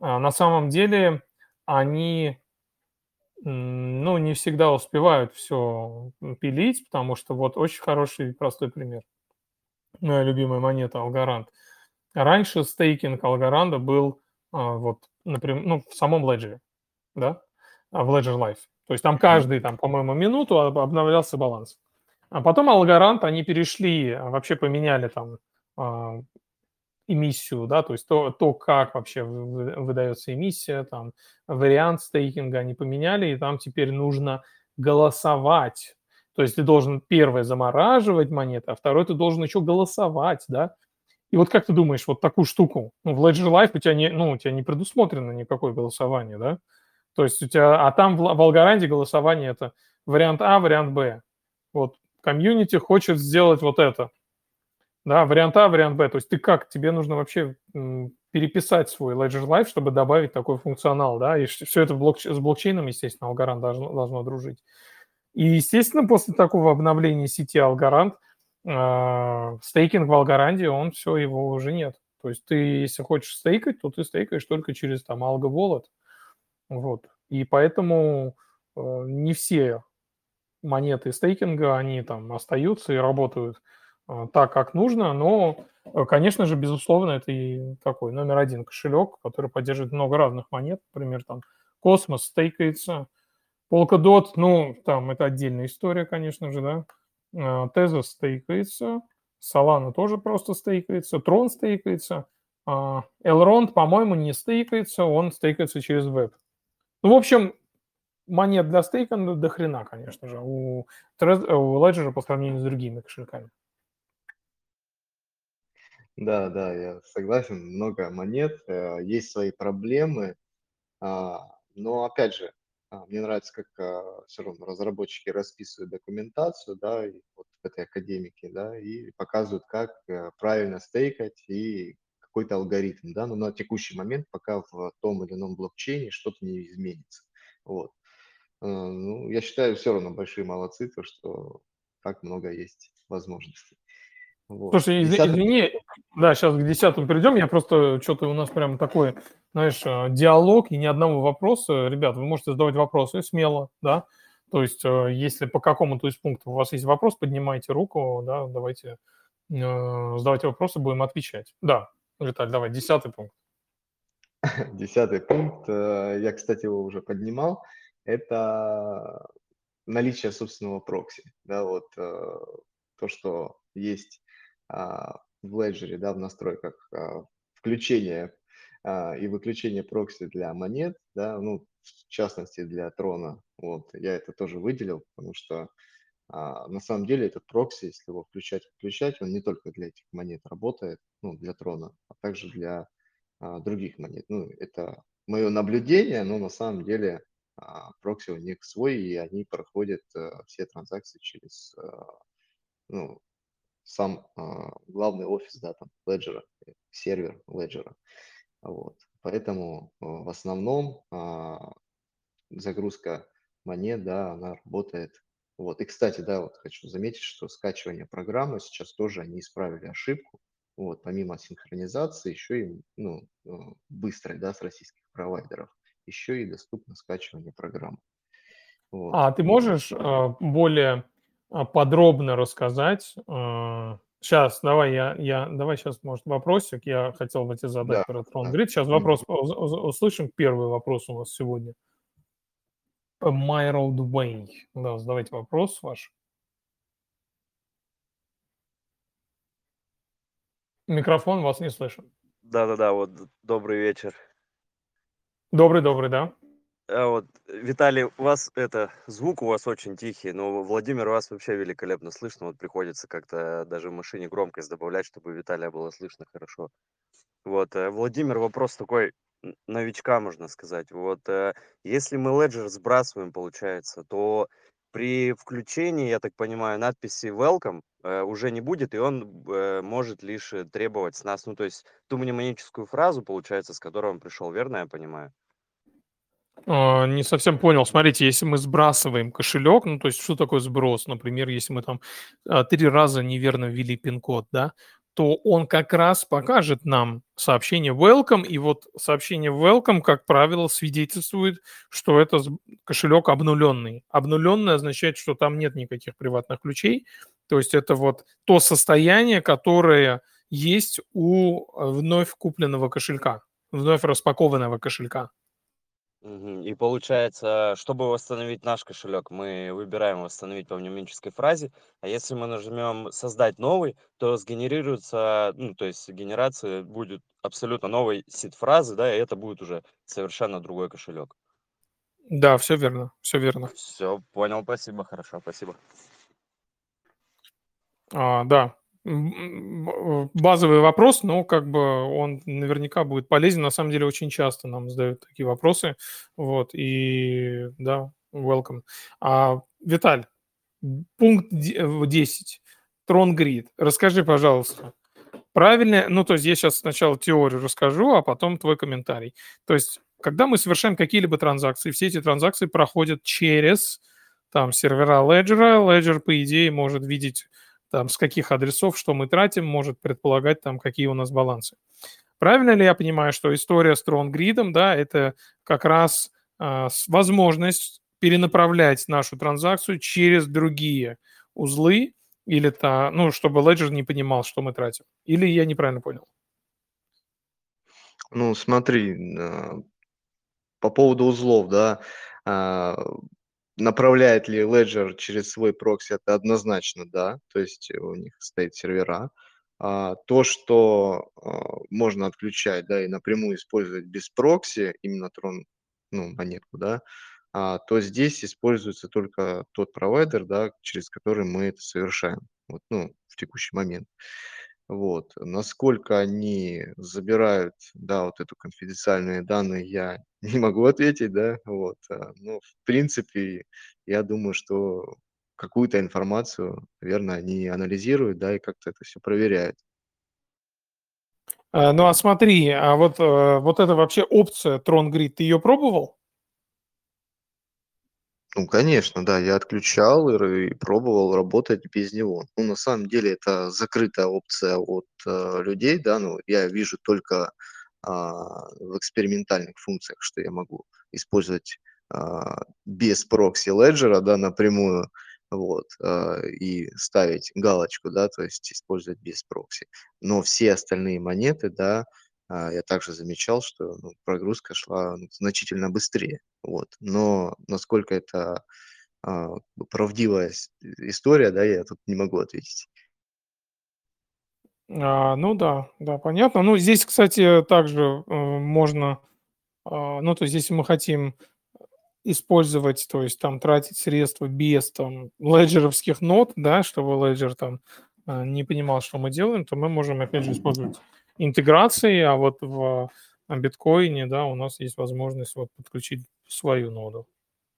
на самом деле они, ну, не всегда успевают все пилить, потому что вот очень хороший простой пример. Моя любимая монета Algorand. Раньше стейкинг Algorand был вот, например, ну, в самом Ledger, да, в Ledger Live. То есть там каждый, там, по-моему, минуту обновлялся баланс. А потом Algorand, они перешли, вообще поменяли там э, эмиссию, да, то есть то, то, как вообще выдается эмиссия, там, вариант стейкинга они поменяли, и там теперь нужно голосовать. То есть ты должен первое замораживать монеты, а второй ты должен еще голосовать, да. И вот как ты думаешь, вот такую штуку, ну, в Ledger Live у тебя не, ну, у тебя не предусмотрено никакое голосование, да? То есть у тебя, а там в, в Algorand голосование это вариант А, вариант Б. Вот комьюнити хочет сделать вот это. Да, вариант А, вариант Б. То есть ты как? Тебе нужно вообще м, переписать свой Ledger Live, чтобы добавить такой функционал, да, и все это в блокч... с блокчейном, естественно, Algorand должно, должно дружить. И, естественно, после такого обновления сети Algorand, э, стейкинг в Algorand, он все, его уже нет. То есть ты, если хочешь стейкать, то ты стейкаешь только через там Algo Wallet. Вот. И поэтому э, не все монеты стейкинга, они там остаются и работают э, так, как нужно, но, э, конечно же, безусловно, это и такой номер один кошелек, который поддерживает много разных монет, например, там Cosmos стейкается, Polkadot, ну, там это отдельная история, конечно же, да, э, Tezos стейкается, Solana тоже просто стейкается, Tron стейкается, э, Elrond, по-моему, не стейкается, он стейкается через веб. Ну, в общем, монет для стейкинга до хрена, конечно же, у, Trez- у Ledger по сравнению с другими кошельками. Да, да, я согласен, много монет, э, есть свои проблемы, а, но опять же, а, мне нравится, как все равно разработчики расписывают документацию, да, и вот в этой академике, да, и показывают, как э, правильно стейкать и какой-то алгоритм, да, но на текущий момент пока в том или ином блокчейне что-то не изменится. Вот. Э, Ну, я считаю, все равно большие молодцы, то, что так много есть возможностей. Вот. Слушай, изв- Десятый извини, да, сейчас к десятому перейдем, я просто, что-то у нас прям такой, знаешь, э, диалог и ни одного вопроса. Ребят, вы можете задавать вопросы смело, да, то есть э, если по какому-то из пунктов у вас есть вопрос, поднимайте руку, да, давайте э, задавайте вопросы, будем отвечать. Да, Виталий, давай, десятый пункт. Десятый пункт, э, я, кстати, его уже поднимал, это наличие собственного прокси. Да, вот э, то, что есть а, в Ledger, да, в настройках а, включение а, и выключение прокси для монет, да, ну, в частности для Трона. Вот, я это тоже выделил, потому что а, на самом деле этот прокси, если его включать-выключать, он не только для этих монет работает, ну, для Трона, а также для а, других монет. Ну, это мое наблюдение, но на самом деле а, прокси у них свой, и они проходят а, все транзакции через а, ну, сам а, главный офис, да, там, Ledger, сервер Ledger. Вот. Поэтому а, в основном а, загрузка монет, да, она работает. Вот. И, кстати, да, вот хочу заметить, что скачивание программы сейчас тоже они исправили ошибку. Вот, помимо синхронизации, еще и ну, э, быстрой, да, с российских провайдеров, еще и доступно скачивание программ. Вот. А ты можешь э, более а, подробно рассказать? Сейчас, давай я, я, давай сейчас, может, вопросик. Я хотел бы тебе задать Да, про Tron да. Grid. Сейчас Мгм. вопрос уз- уз- услышим. Первый вопрос у нас сегодня. Myrold Way. Да, задавайте вопрос ваш. Микрофон, вас не слышен. Да-да-да, вот добрый вечер. Добрый, добрый, да. А вот, Виталий, у вас это звук у вас очень тихий, но Владимир, у вас вообще великолепно слышно. Вот приходится как-то даже в машине громкость добавлять, чтобы Виталия было слышно хорошо. Вот, э, Владимир, вопрос такой н- новичка, можно сказать. Вот, э, если мы Ledger сбрасываем, получается, то при включении, я так понимаю, надписи Welcome э, уже не будет, и он э, может лишь э, требовать с нас, ну, то есть ту мнемоническую фразу, получается, с которой он пришел, верно я понимаю? А, Не совсем понял. Смотрите, если мы сбрасываем кошелек, ну, то есть что такое сброс? Например, если мы там а, три раза неверно ввели пин-код, да, то он как раз покажет нам сообщение welcome, и вот сообщение welcome, как правило, свидетельствует, что это с- кошелек обнуленный. Обнуленный означает, что там нет никаких приватных ключей, то есть это вот то состояние, которое есть у э, вновь купленного кошелька, вновь распакованного кошелька. Мгм. И получается, чтобы восстановить наш кошелек, мы выбираем восстановить по мнемонической фразе, а если мы нажмем создать новый, то сгенерируется, ну, то есть генерация будет абсолютно новой сид-фразы, да, и это будет уже совершенно другой кошелек. Да, все верно, все верно. Все, понял, спасибо, хорошо, спасибо. А, да. М, м, Базовый вопрос, но как бы он наверняка будет полезен. На самом деле очень часто нам задают такие вопросы. Вот, и да, welcome. А, Виталь, м, пункт де- э, десять. TronGrid. Расскажи, пожалуйста, правильно, ну, то есть я сейчас сначала теорию расскажу, а потом твой комментарий. То есть, когда мы совершаем какие-либо транзакции, все эти транзакции проходят через там сервера Ledger. Ledger, по идее, может видеть там с каких адресов, что мы тратим, может предполагать там, какие у нас балансы. Правильно ли я понимаю, что история с TronGrid, да, это как раз а, с- возможность перенаправлять нашу транзакцию через другие узлы, или то, ну, чтобы Ledger не понимал, что мы тратим. Или я неправильно понял? Ну, смотри, а, по поводу узлов, да, а, направляет ли Ledger через свой прокси? Это однозначно, да, то есть у них стоит сервера. А, то, что а, можно отключать, да, и напрямую использовать без прокси, именно трон, ну, монетку, да, а, то здесь используется только тот провайдер, да, через который мы это совершаем, вот, ну, в текущий момент. Вот. Насколько они забирают, да, вот эту конфиденциальные данные, я не могу ответить, да, вот. а, Но, в принципе, я думаю, что какую-то информацию, наверное, они анализируют, да, и как-то это все проверяют. А, ну, а смотри, а вот, э, вот эта вообще опция TronGrid, ты ее пробовал? Ну, конечно, да, я отключал и, р- и пробовал работать без него. Ну, на самом деле, это закрытая опция от э, людей, да, ну, я вижу только а, в экспериментальных функциях, что я могу использовать а, без прокси леджера, да, напрямую, вот, а, и ставить галочку, да, то есть использовать без прокси. Но все остальные монеты, да, а, я также замечал, что ну, прогрузка шла ну, значительно быстрее. Вот. Но насколько это а, правдивая с- история, да, я тут не могу ответить. А, ну да, да, понятно. Ну, здесь, кстати, также э, можно, а, ну, то есть если мы хотим использовать, то есть там тратить средства без там леджеровских нот, да, чтобы леджер там а, не понимал, что мы делаем, то мы можем, опять же, использовать интеграции, а вот в а, биткоине, да, у нас есть возможность вот подключить свою ноду.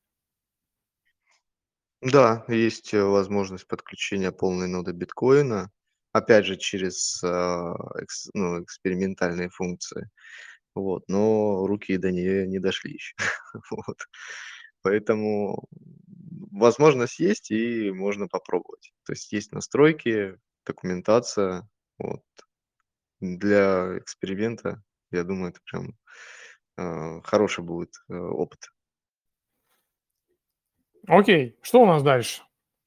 Да, есть э, возможность подключения полной ноды биткоина, опять же, через а, экс- ну, экспериментальные функции. Вот, но руки до нее не дошли еще. Вот. Поэтому возможность есть и можно попробовать. То есть есть настройки, документация. Вот. Для эксперимента, я думаю, это прям а, хороший будет э, опыт. Окей, что у нас дальше?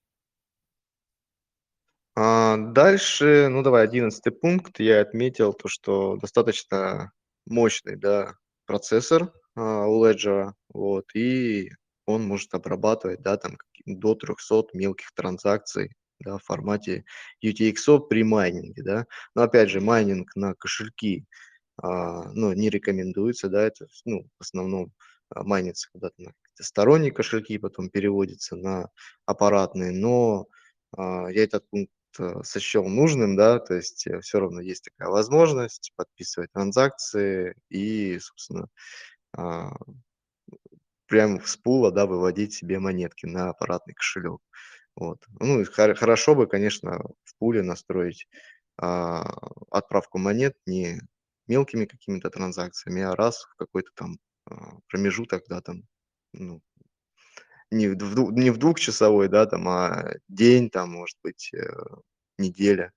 А, дальше, ну давай, одиннадцатый пункт. Я отметил то, что достаточно мощный, да, процессор а, у Ledger, вот, и он может обрабатывать, да, там каки- до трехсот мелких транзакций, да, в формате ю ти экс при майнинге, да. Но опять же, майнинг на кошельки, а, ну, не рекомендуется, да, это, ну, в основном а, майнится когда-то на какие-то сторонние кошельки, потом переводится на аппаратные, но а, я этот пункт э, сочел нужным, да, то есть все равно есть такая возможность подписывать транзакции и, собственно, а, прямо с пула, да, выводить себе монетки на аппаратный кошелек. Вот. Ну, и хор- хорошо бы, конечно, в пуле настроить а, отправку монет не мелкими какими-то транзакциями, а раз в какой-то там а, промежуток, да, там, ну, не в, дву- не в двухчасовой, да, там, а день, там, может быть, э, неделя.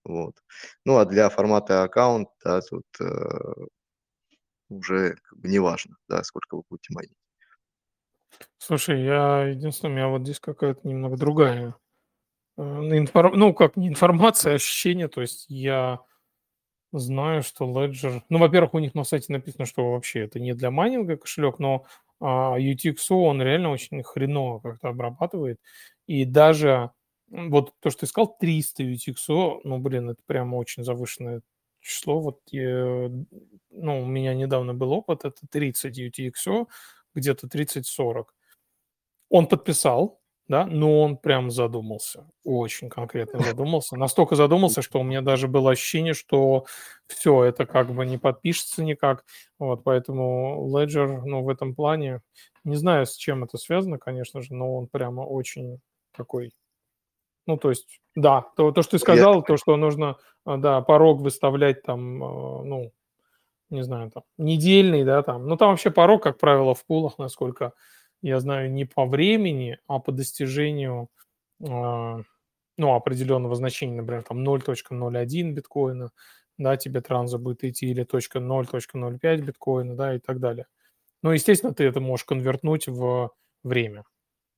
Вот. Ну, а для формата аккаунт, да, тут э, уже как бы неважно, да, сколько вы будете майнить. Слушай, я единственное, у меня вот здесь какая-то немного другая, э, информ ну, как не информация, а ощущение. То есть я знаю, что Ledger, ну, во-первых, у них на сайте написано, что вообще это не для майнинга кошелек, но, а, ю ти экс о он реально очень хреново как-то обрабатывает. И даже, м, вот то, что ты сказал, триста ю ти экс о, ну, блин, это прямо очень завышенное число. Вот, э, ну, у меня недавно был опыт, это тридцать ю ти экс о, где-то тридцать сорок. Он подписал, да, но он прям задумался, очень конкретно задумался. Настолько задумался, что у меня даже было ощущение, что все это как бы не подпишется никак. Вот, поэтому Ledger, ну, в этом плане, не знаю, с чем это связано, конечно же, но он прямо очень такой, ну, то есть, да, то, то, что ты Я, сказал, то, что нужно, а, да, порог выставлять там, а, ну, не знаю, там, недельный, да, там. Ну, там вообще порог, как правило, в пулах, насколько я знаю, не по времени, а по достижению, а, ну, определенного значения, например, там ноль точка ноль один биткоина, да, тебе транза будет идти, или точка ноль точка ноль пять биткоина, да, и так далее. Ну, естественно, ты это можешь конвертнуть в время.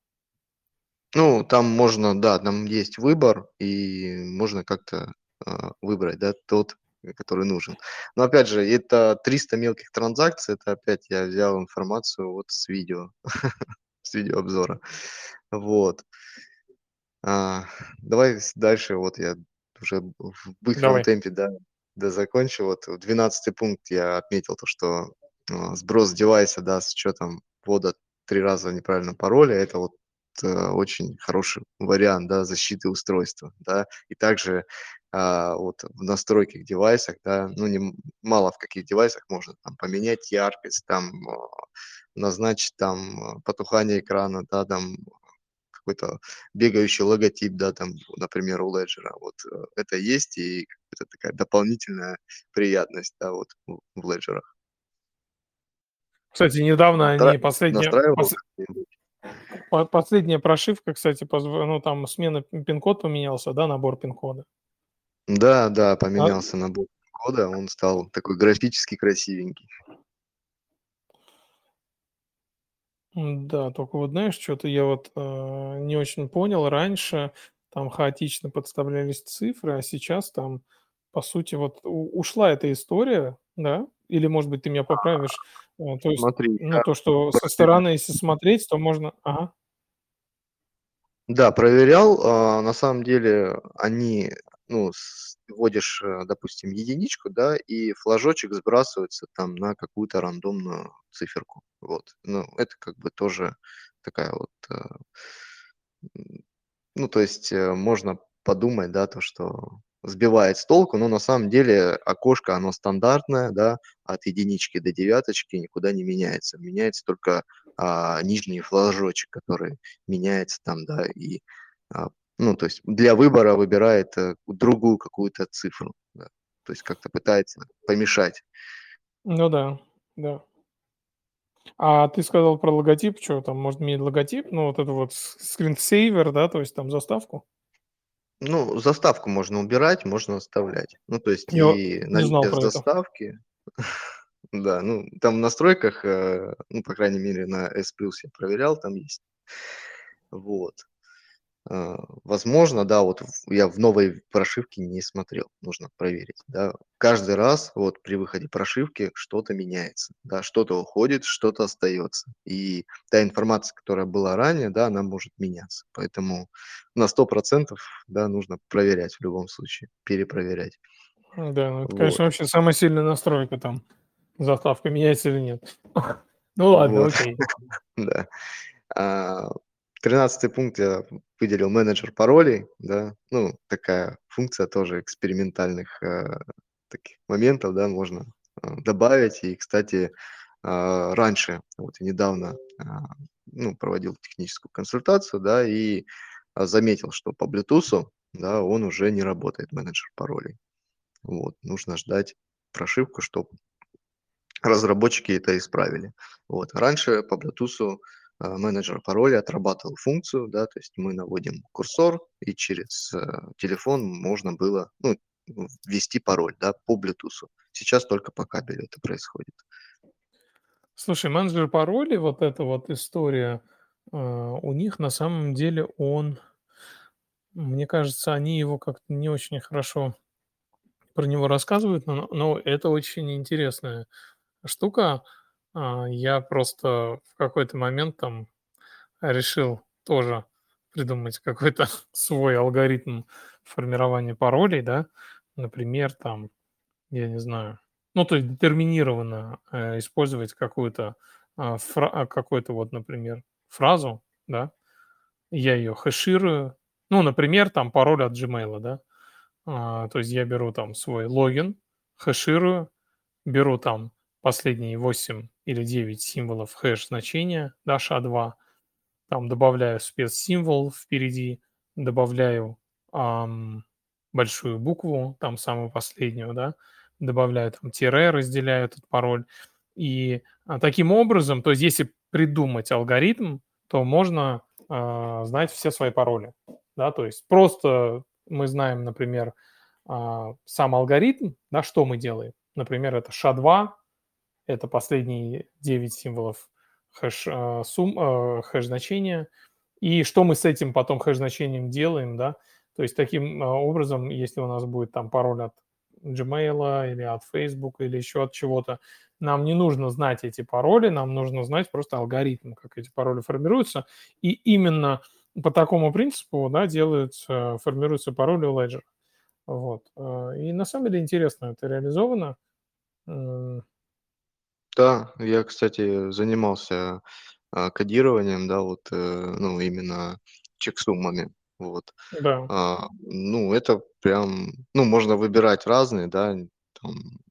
ну, там можно, да, там есть выбор, и можно как-то а, выбрать, да, тот, э, который нужен. Но опять же, это триста мелких транзакций, это опять я взял информацию вот с видео, с видеообзора. Вот. А, давай с- дальше, вот я уже б- в быстром Давай. темпе, да, да, закончу. Вот двенадцатый пункт я отметил то, что а, сброс девайса, да, с учетом ввода три раза неправильно пароля, это вот э, очень хороший вариант, да, защиты устройства, да, и также а, вот в настройках девайсах, да, ну, не, м- мало в каких девайсах можно там поменять яркость, там а, назначить там а, потухание экрана, да, там какой-то бегающий логотип, да, там, например, у Ledger. Вот э, это есть, и это такая дополнительная приятность, да, вот в в Ledger. Кстати, недавно Настра- они, последняя, Настраивал пос- как-нибудь? по- последняя прошивка, кстати, позв- ну, там смена пин- пин-код поменялся, да, набор пин-кода. Да, да, А, поменялся набор кода, он стал такой графически красивенький. М, да, только вот знаешь, что то я вот, а, не очень понял. Раньше там хаотично подставлялись цифры, а сейчас там, по сути, вот у ушла эта история, да? Или, может быть, ты меня поправишь. Э, то есть, Смотри, ну, я то, что со проверял. стороны, если смотреть, то можно. Ага. Да, проверял. а, На самом деле они, ну, с- вводишь, э, допустим, единичку, да, и флажочек сбрасывается там на какую-то рандомную циферку. Вот. Ну, это как бы тоже такая вот, э, м, ну, то есть э, можно подумать, да, то, что сбивает с толку, но на самом деле окошко, оно стандартное, да, от единички до девяточки никуда не меняется. Меняется только а, нижний флажочек, который меняется там, да, и, а, ну, то есть для выбора выбирает э, другую какую-то цифру, да. То есть как-то пытается помешать. Ну да, да. А ты сказал про логотип. Что там может иметь логотип? Ну, вот это вот с скринсейвер, да, то есть там заставку? Ну, заставку можно убирать, можно оставлять. Ну, то есть Я и не знал наличие про это. заставки, да, ну, там в настройках, э, ну, по крайней мере, на S Plus я проверял, там есть. Вот. А, возможно, да, вот в я в новой прошивке не смотрел, нужно проверить, да. Каждый раз вот при выходе прошивки что-то меняется, да, что-то уходит, что-то остается. И та информация, которая была ранее, да, она может меняться. Поэтому на сто процентов, да, нужно проверять в любом случае, перепроверять. Да, ну это, конечно, Вот, вообще самая сильная настройка там. Заставка меняется или нет? Ну ладно, вот, окей. да. А, тринадцатый пункт я выделил менеджер паролей, да. Ну, такая функция тоже экспериментальных, э, таких моментов, да, можно, а, добавить. И, кстати, а, раньше, вот недавно, а, ну, проводил техническую консультацию, да, и, а, заметил, что по блютусу, да, он уже не работает, менеджер паролей. Вот, нужно ждать прошивку, чтоб разработчики это исправили. Вот. Раньше по Bluetooth а, менеджер пароля отрабатывал функцию, да, то есть мы наводим курсор, и через э, телефон можно было, ну, ввести пароль, да, по Bluetooth. Сейчас только по кабелю это происходит. Слушай, менеджер паролей, вот эта вот история, а, у них на самом деле он, мне кажется, они его как-то не очень хорошо про него рассказывают, но, но это очень интересная штука. А, Я просто в какой-то момент там решил тоже придумать какой-то свой алгоритм формирования паролей, да, например, там, я не знаю, ну, то есть детерминированно э, использовать какую-то а, фра- а, какую-то вот, например, фразу, да, я ее хэширую, ну, например, там пароль от Gmail, да, а, то есть я беру там свой логин, хэширую, беру там последние восемь или девять символов хэш-значения, да, ша два, там добавляю спецсимвол впереди, добавляю ам, большую букву, там самую последнюю, да, добавляю там тире, разделяю этот пароль. И а, таким образом, то есть если придумать алгоритм, то можно а, знать все свои пароли. Да, то есть просто мы знаем, например, а, сам алгоритм, да, что мы делаем. Например, это ша два, это последние девять символов хэш, а, сумм, а, хэш-значения. И что мы с этим потом хэш-значением делаем, да? То есть таким а, образом, если у нас будет там пароль от Gmail или от Facebook или еще от чего-то, нам не нужно знать эти пароли, нам нужно знать просто алгоритм, как эти пароли формируются. И именно по такому принципу, да, делаются, формируются пароли у Ledger. Вот. А, И на самом деле интересно это реализовано. М, Да, я, кстати, занимался, а, кодированием, да, вот, э, ну, именно чек-суммами. Вот. Да. А, ну, это прям, ну, можно выбирать разные, да, там,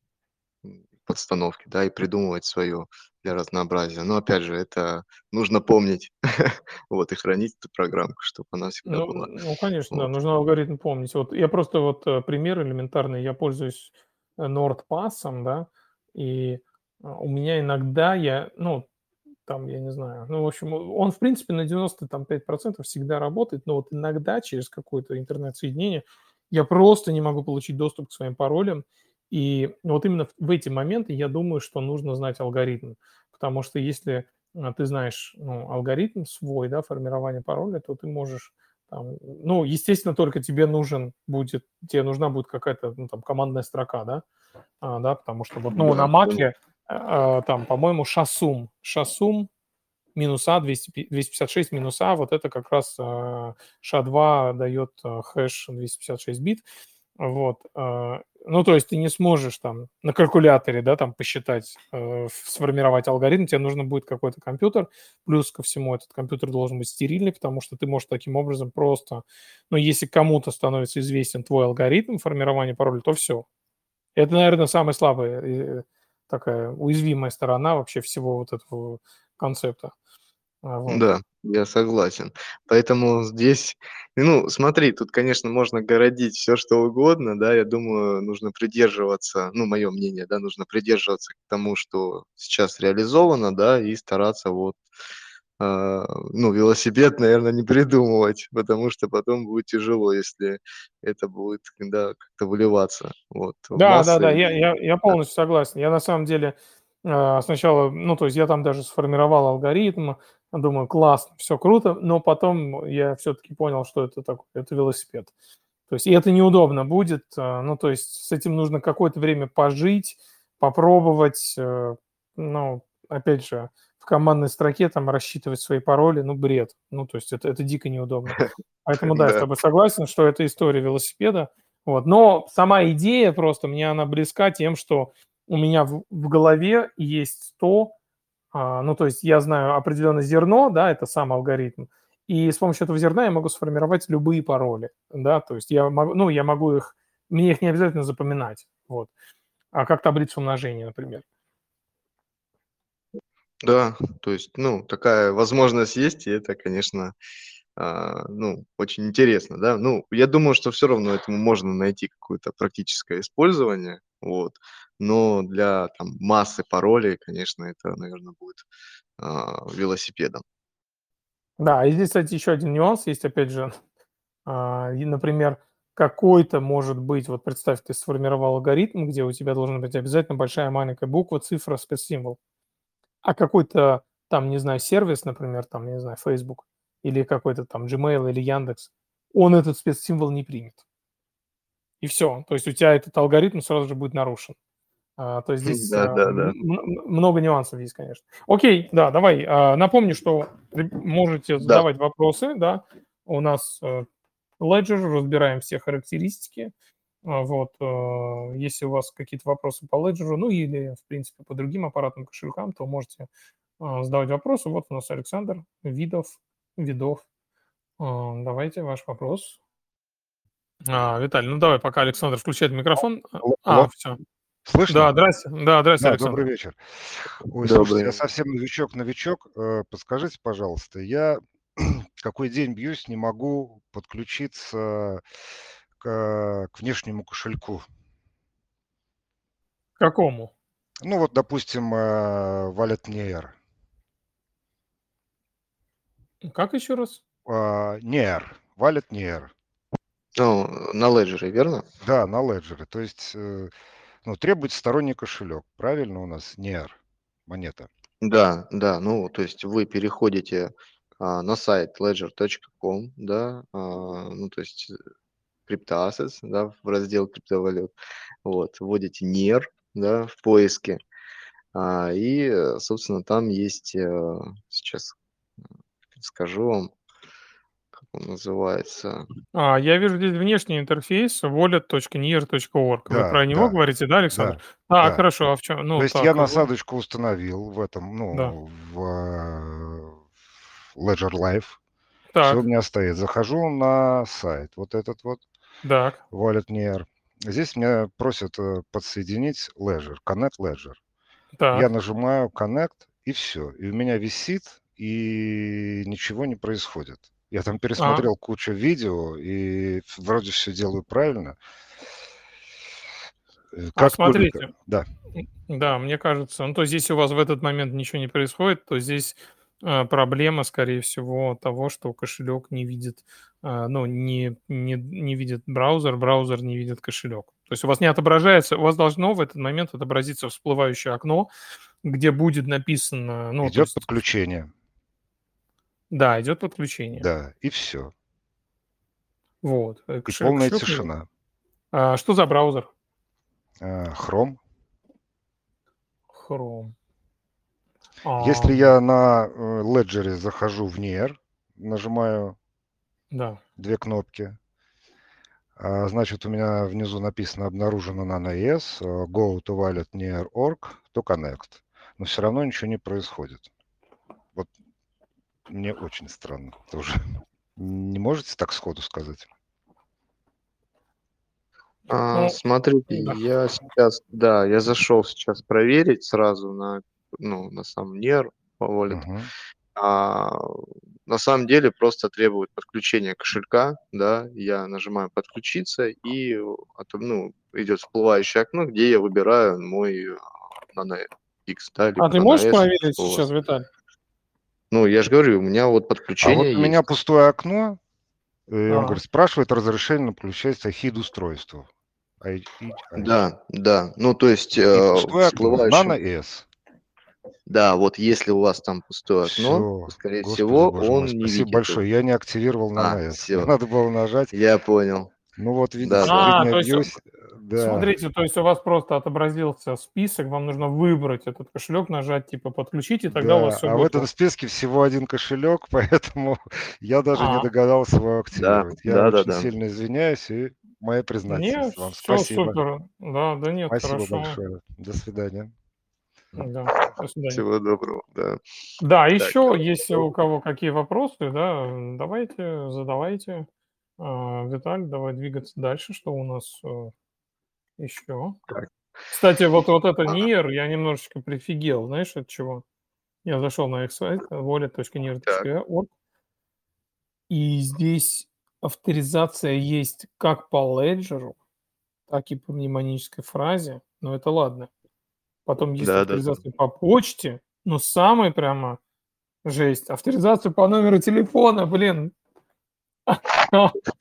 м, подстановки, да, и придумывать свое для разнообразия. Но опять же, это нужно помнить, вот, и хранить эту программку, чтобы она всегда Ну была. ну, конечно, да, Вот. нужно алгоритм помнить. Вот я просто вот, э, пример элементарный. Я пользуюсь, э, NordPass, да, и, а, у меня иногда я, ну, там, я не знаю, ну, в общем, о он, в принципе, на девяносто пять процентов всегда работает, но вот иногда через какое-то интернет-соединение я просто не могу получить доступ к своим паролям. И вот именно в в эти моменты я думаю, что нужно знать алгоритм. Потому что если, а, ты знаешь, ну, алгоритм свой, да, формирования пароля, то ты можешь там, ну, естественно, только тебе нужен будет тебе нужна будет какая-то, ну, там, командная строка, да, а, да, потому что вот, ну, на Да, маке, конечно. а, там, по-моему, шасум шасум минус А, двести пи двести пятьдесят шесть минус А, вот это как раз, а, ша два дает, а, хэш двести пятьдесят шесть бит. Вот, а, ну, то есть ты не сможешь там на калькуляторе, да, там посчитать, э, ф сформировать алгоритм, тебе нужно будет какой-то компьютер. Плюс ко всему этот компьютер должен быть стерильный, потому что ты можешь таким образом просто, ну, если кому-то становится известен твой алгоритм формирования пароля, то все. Это, наверное, самая слабая, э, такая уязвимая сторона вообще всего вот этого концепта. А, вот. Да, я согласен. Поэтому здесь, ну, смотри, тут, конечно, можно городить все что угодно, да. Я думаю, нужно придерживаться, ну, мое мнение, да, нужно придерживаться к тому, что сейчас реализовано, да, и стараться вот, а, ну, велосипед, наверное, не придумывать, потому что потом будет тяжело, если это будет, да, как-то выливаться вот в Да, да-да, массы я и я я да. полностью согласен. Я на самом деле, а, сначала, ну, то есть я там даже сформировал алгоритм, думаю: "Классно, все круто", но потом я все таки понял, что это такое, это велосипед. То есть и это неудобно будет, а, ну, то есть с этим нужно какое-то время пожить, попробовать. Э, ну, опять же, в командной строке там рассчитывать свои пароли, ну, бред. Ну, то есть это это дико неудобно. Поэтому да, я с Да. тобой согласен, что это история велосипеда. Вот. Но сама идея просто, мне она близка тем, что у меня в в голове есть то, а, ну, то есть я знаю определенное зерно, да, это сам алгоритм, и с помощью этого зерна я могу сформировать любые пароли, да, то есть я могу, ну, я могу их, мне их не обязательно запоминать, вот, а как таблицу умножения, например. Да, то есть, ну, такая возможность есть, и это, конечно, а, ну, очень интересно, да. Ну, я думаю, что все равно этому можно найти какое-то практическое использование, вот. Но для там массы паролей, конечно, это, наверное, будет, а, велосипедом. Да, и здесь, кстати, еще один нюанс есть, опять же, а, и, например, какой-то, может быть, вот представь, ты сформировал алгоритм, где у тебя должна быть обязательно большая маленькая буква, цифра, спецсимвол. А какой-то там, не знаю, сервис, например, там, не знаю, Facebook или какой-то там Gmail или Яндекс, он этот спецсимвол не примет. И все. То есть у тебя этот алгоритм сразу же будет нарушен. А, то есть здесь Да, а, да, да. м- м- много нюансов есть, конечно. Окей, да, давай. а, Напомню, что вы можете Да. задавать вопросы, да. У нас э, Ledger, разбираем все характеристики. А, Вот, э, если у вас какие-то вопросы по Ledger, ну или, в принципе, по другим аппаратным кошелькам, то можете а, задавать вопросы. Вот у нас Александр Видов, Видов. А, Давайте ваш вопрос. А, Виталий, ну давай, пока Александр включает микрофон. Алло, А, алло. все. Слышно? Да, здрасте. Да, здрасте, Да, Александр. добрый вечер. Ой, слушайте, я Добрый. совсем новичок-новичок. Э, Подскажите, пожалуйста, я какой день бьюсь, не могу подключиться к, к внешнему кошельку. К какому? Ну вот, допустим, э, Wallet Near. Как еще раз? А, Near. Wallet Near. Ну, на Ledger, верно? Да, на Ledger. То есть, э, ну, требуется сторонний кошелек. Правильно у нас Near монета? Да, да. Ну, то есть вы переходите а, на сайт ledger точка com, да, а, ну, то есть CryptoAssets, да, в раздел криптовалют, вот, вводите нир, да, в поиске, а, и, э, собственно, там есть, э, сейчас скажу вам, как он называется. А, я вижу здесь внешний интерфейс wallet точка near точка org. Вы Да, про него да, говорите, да, Александр? да, Так, да. хорошо. А в чем? То Ну, есть я так, вот, насадочку установил в этом, да. ну, в э, Ledger Live. Все у Так, меня стоит. Захожу на сайт, вот этот вот, так. Wallet Near. Здесь меня просят э, подсоединить Ledger, Connect Ledger. Я Так. нажимаю Connect, и все. И у меня висит, и ничего не происходит. Я там А, пересмотрел кучу видео, и вроде все делаю правильно. Э, а Как только... смотрите, Да. м, да, мне кажется, ну, то есть если у вас в этот момент ничего не происходит, то здесь а, проблема, скорее всего, того, что кошелек не видит, а, ну, не, не, не видит браузер, браузер не видит кошелек. То есть у вас не отображается, у вас должно в этот момент отобразиться всплывающее окно, где будет написано, ну, то Идет есть, подключение. да, идет подключение. Да, и все. Вот. э, И кошелек- полная кошелек не- тишина. А, что за браузер? А, Chrome. Chrome. Если А, я на э, Ledger захожу в Near, нажимаю да. две кнопки, а, значит, у меня внизу написано «Обнаружено на эн и эс», э, «Go to wallet near org to connect». Но все равно ничего не происходит. Вот мне очень странно тоже. Не можете так сходу сказать? А, Ну, смотрите, да. я сейчас, да, я зашел сейчас проверить сразу на, ну, на сам нир по Wallet. Мгм. А, на самом деле просто требует подключения кошелька, да, я нажимаю подключиться и от- ну, идет всплывающее окно, где я выбираю мой а, Nano X, да, А либо ты Nano можешь S проверить у сейчас, вас. Виталь? Ну, я же говорю, у меня вот А вот подключение у меня есть. пустое окно, и он А, говорит, спрашивает разрешение на включение хид-устройства. I- I- I- Да, да, ну то есть И э, пустое окно, всплывающим, Nano S. да, вот если у вас там пустое окно, то, Все, скорее господи, всего, боже мой, он не спасибо видит его. большое. Я не активировал Nano А, S. Мне все, надо было нажать. я понял. Ну вот, Да, видите, да. три а, дня то есть, э, бьюсь. Да, смотрите, то есть у вас просто отобразился список, вам нужно выбрать этот кошелек, нажать типа подключить, и тогда у вас да. все А в будет. этом ок. списке всего один кошелек, поэтому я даже не А, догадался его Да, активировать. Я да, да, очень да. сильно извиняюсь и моя не, признательность вам. все Спасибо. супер. Да, да нет, Спасибо хорошо. большое. До свидания. Да, до свидания. Всего доброго, да. Да, Так, еще, э, если у кого какие вопросы, да, давайте, задавайте. А, Виталь, давай двигаться дальше, что у нас э, еще. так. Кстати, вот, вот это нир, я немножечко прифигел, знаешь, от чего? Я зашел на их сайт wallet точка near точка org, и здесь авторизация есть как по Ledger, так и по мнемонической фразе, но это ладно. Потом есть Да, да, да. авторизация по почте, но самое прямо жесть, авторизация по номеру телефона, блин.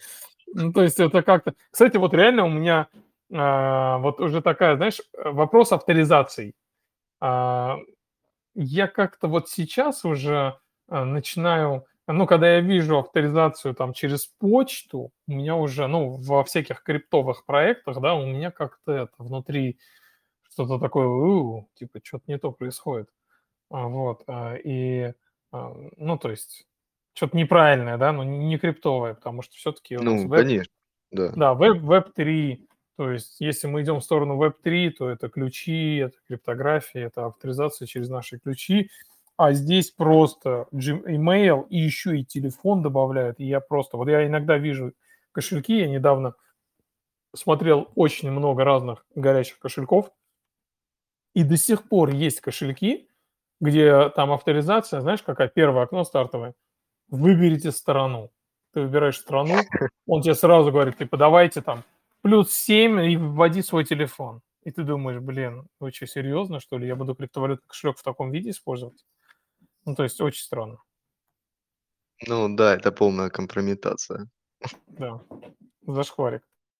Ну, то есть это как-то... Кстати, вот реально у меня а, вот уже такая, знаешь, вопрос авторизации. А, я как-то вот сейчас уже а, начинаю... Ну, когда я вижу авторизацию там через почту, у меня уже, ну, во всяких криптовых проектах, да, у меня как-то это внутри что-то такое, «У, типа, что-то не то происходит. А, Вот. а, И, а, ну, то есть, что-то неправильное, да, но не не криптовое, потому что все-таки у нас Ну, веб, конечно, да. да, веб, веб три, то есть, если мы идем в сторону веб три, то это ключи, это криптография, это авторизация через наши ключи, а здесь просто Gm- email и еще и телефон добавляют, и я просто, вот я иногда вижу кошельки, я недавно смотрел очень много разных горячих кошельков, и до сих пор есть кошельки, где там авторизация, знаешь, какая первое окно стартовое, выберите страну. Ты выбираешь страну, он тебе сразу говорит, типа, давайте там плюс семь и вводи свой телефон. И ты думаешь, блин, вы что, серьезно, что ли? Я буду криптовалютный кошелек в таком виде использовать? Ну, то есть очень странно, Ну да, это полная компрометация. да, зашкварик.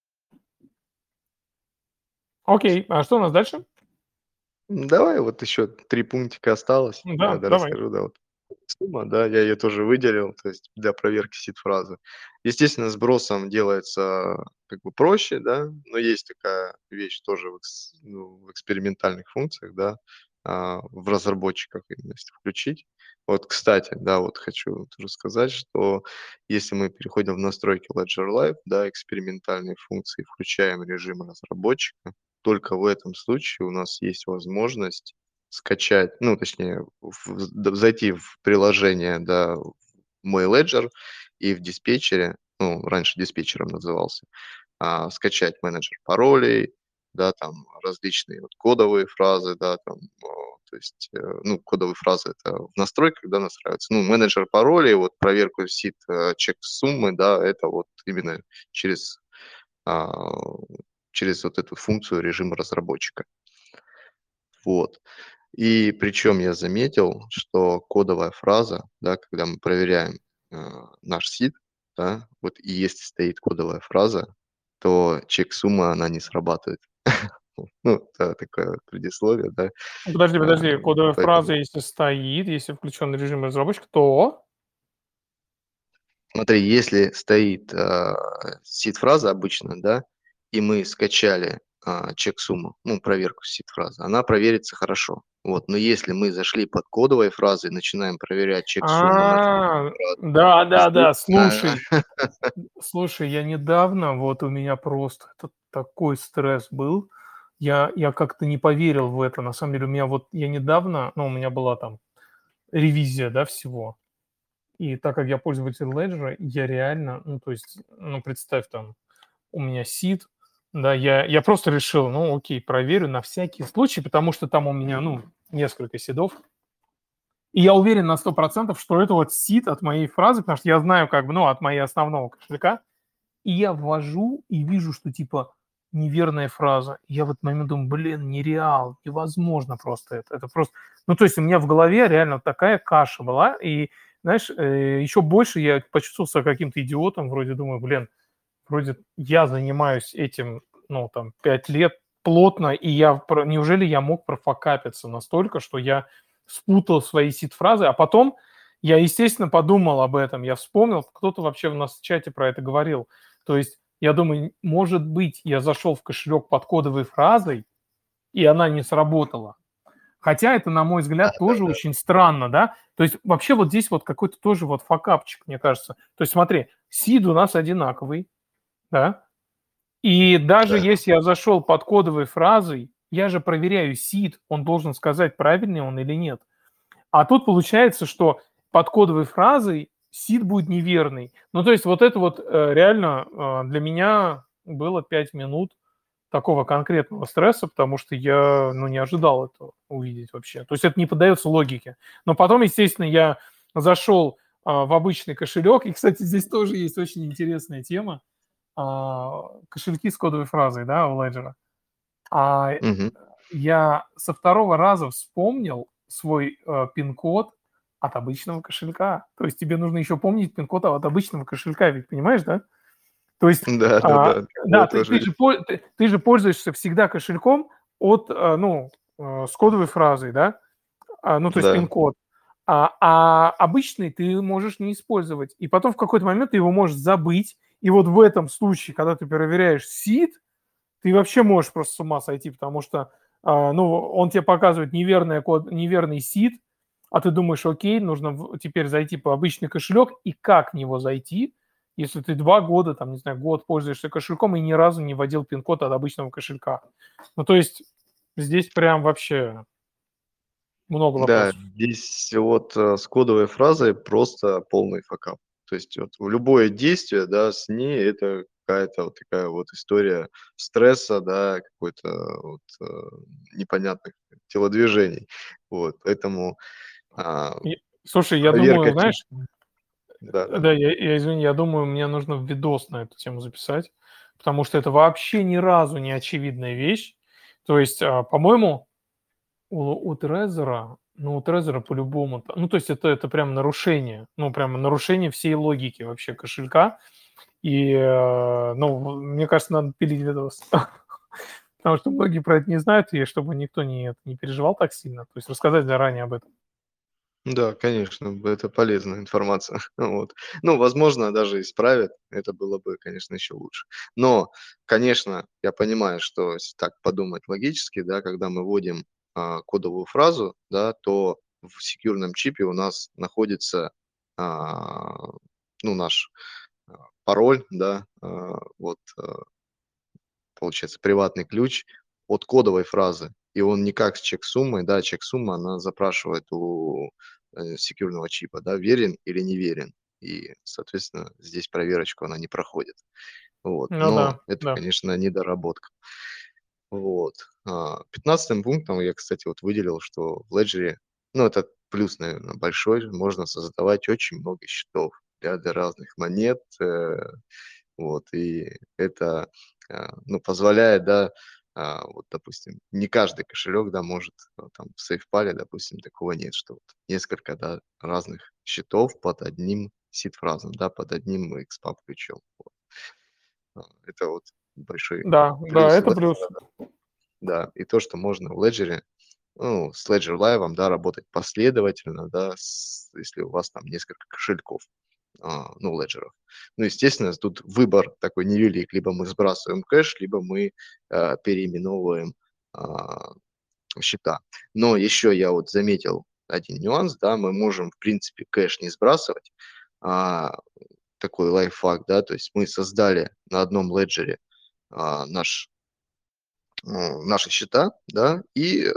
Окей, а что у нас дальше? М, Давай вот еще три пунктика осталось. Я Да, да, давай. расскажу, да, вот сумма, да, я ее тоже выделил, то есть для проверки сид-фразы. Естественно, сбросом делается как бы проще, да, но есть такая вещь тоже в, экс- ну, в экспериментальных функциях, да, а, в разработчиках именно если включить. Вот, кстати, да, вот хочу тоже сказать, что если мы переходим в настройки Ledger Live, да, экспериментальные функции, включаем режим разработчика, только в этом случае у нас есть возможность скачать, ну, точнее, в д зайти в приложение, да, в мой Ledger и в диспетчере, ну, раньше диспетчером назывался, а, скачать менеджер паролей, да, там различные вот кодовые фразы, да, там, а, то есть, э, ну, кодовые фразы- это в настройках, да, настраиваются. Ну, менеджер паролей, вот проверку сид, э, чек суммы, да, это вот именно через, а, через вот эту функцию режима разработчика. Вот. И причем я заметил, что кодовая фраза, да, когда мы проверяем, а, наш сид, да, вот и если стоит кодовая фраза, то чек-сумма, она не срабатывает. Ну, это такое предисловие, да. Подожди, А, подожди, кодовая фраза, поэтому если стоит, если включен режим разработчика, то... смотри, если стоит, а, сид-фраза обычно, да, и мы скачали, а, чек-сумму, ну, проверку сид-фразы, она проверится хорошо. Вот. Но если мы зашли под кодовой фразой и начинаем проверять чек-сумму на А, да, да, здесь да, она слушай, слушай, я недавно, вот у меня просто это такой стресс был, я, я как-то не поверил в это, на самом деле, у меня вот, я недавно, ну, у меня была там ревизия, да, всего, и так как я пользователь Ledger, я реально, ну, то есть, ну, представь, там, у меня сид, да, я, я просто решил, ну, окей, проверю на всякий случай, потому что там у меня, ну, несколько сидов, и я уверен на сто процентов, что это вот сид от моей фразы, потому что я знаю как бы, ну, от моей основного кошелька, и я ввожу и вижу, что типа неверная фраза. И я в этот момент думаю, блин, нереал, невозможно просто это. Это просто... Ну, то есть у меня в голове реально такая каша была, и, знаешь, э, еще больше я почувствовал себя каким-то идиотом, вроде думаю, блин, вроде я занимаюсь этим, ну, там, пять лет плотно, и я, про- неужели я мог профокапиться настолько, что я спутал свои сид-фразы, а потом я, естественно, подумал об этом, я вспомнил, кто-то вообще в нас в чате про это говорил, то есть я думаю, может быть, я зашел в кошелек под кодовой фразой, и она не сработала. Хотя это, на мой взгляд, тоже да-да-да. очень странно, да? То есть вообще вот здесь вот какой-то тоже вот факапчик, мне кажется. То есть смотри, сид у нас одинаковый, да? И даже Да. если я зашел под кодовой фразой, я же проверяю сид, он должен сказать, правильный он или нет. А тут получается, что под кодовой фразой сид будет неверный. Ну, то есть вот это вот э, реально э, для меня было пять минут такого конкретного стресса, потому что я, ну, не ожидал этого увидеть вообще. То есть это не поддается логике. Но потом, естественно, я зашел а, в обычный кошелек, и, кстати, здесь тоже есть очень интересная тема, а, кошельки с кодовой фразой, да, у Ledger. А Мгм. я со второго раза вспомнил свой э, пин-код от обычного кошелька. То есть тебе нужно еще помнить пин-код от обычного кошелька, ведь понимаешь, да? То есть, Да, да, а, да. да, Я ты, тоже. ты, же, по- ты, ты же пользуешься всегда кошельком от, а, ну, а, с кодовой фразой, да? А, ну, то есть Да. пин-код. А, а обычный ты можешь не использовать. И потом в какой-то момент ты его можешь забыть. И вот в этом случае, когда ты проверяешь сид, ты вообще можешь просто с ума сойти, потому что а, ну, он тебе показывает неверный код, неверный сид, а ты думаешь, окей, нужно в- теперь зайти по обычный кошелек, и как в него зайти, если ты два года, там, не знаю, год пользуешься кошельком и ни разу не вводил пин-код от обычного кошелька. Ну, то есть здесь прям вообще много Да, вопросов. здесь вот э, с кодовой фразой просто полный факап. То есть вот в любое действие, да, с ней это какая-то вот такая вот история стресса, да, какой-то вот э, непонятных телодвижений. Вот, поэтому а, И- Слушай, я думаю, проверка тип, знаешь, да, да. да, я, я извини, я думаю, мне нужно видос на эту тему записать, потому что это вообще ни разу не очевидная вещь. То есть, а, по-моему, у, у Трезора, ну, у Трезора по-любому, та- ну, то есть это, это прям нарушение, ну, прям нарушение всей логики вообще кошелька. И, э, ну, в- мне кажется, надо пилить видос. Потому что многие про это не знают, и чтобы никто не, не переживал так сильно. То есть рассказать заранее об этом. Да, конечно, б- это полезная информация. Вот. Ну, возможно, даже исправят, это было бы, конечно, еще лучше. Но, конечно, я понимаю, что если так подумать логически, да, когда мы вводим а, кодовую фразу, да, то в секьюрном чипе у нас находится а, ну, наш а, пароль, да, а, вот, а, получается, приватный ключ от кодовой фразы. И он не как с чек-суммой, да, чек-сумма, она запрашивает у э, секьюрного чипа, да, верен или не верен. И, соответственно, здесь проверочку она не проходит. Вот. Ну Но да, это, да. конечно, недоработка. Вот. А, пятнадцатым пунктом я, кстати, вот выделил, что в Ledger, ну, это плюс, наверное, большой, можно создавать очень много счетов для, для разных монет, э, вот, и это, а, ну, позволяет, да, а, вот, допустим, не каждый кошелек, да, может, а, там, в SafePal, допустим, такого нет, что вот несколько, да, разных счетов под одним сид-фразом, да, под одним X P U B ключом. Вот. А, Это вот большой Да, да, плюс в это этом, плюс. да, и то, что можно в Ledger, ну, с Ledger Live, да, работать последовательно, да, с- если у вас там несколько кошельков, а, ну, леджеров. Ну, естественно, тут выбор такой невелик. Либо мы сбрасываем кэш, либо мы а, переименовываем а, счета. Но еще я вот заметил один нюанс, да, мы можем, в принципе, кэш не сбрасывать, а, такой лайфхак, да, то есть мы создали на одном леджере а, наш, ну, наши счета, да, и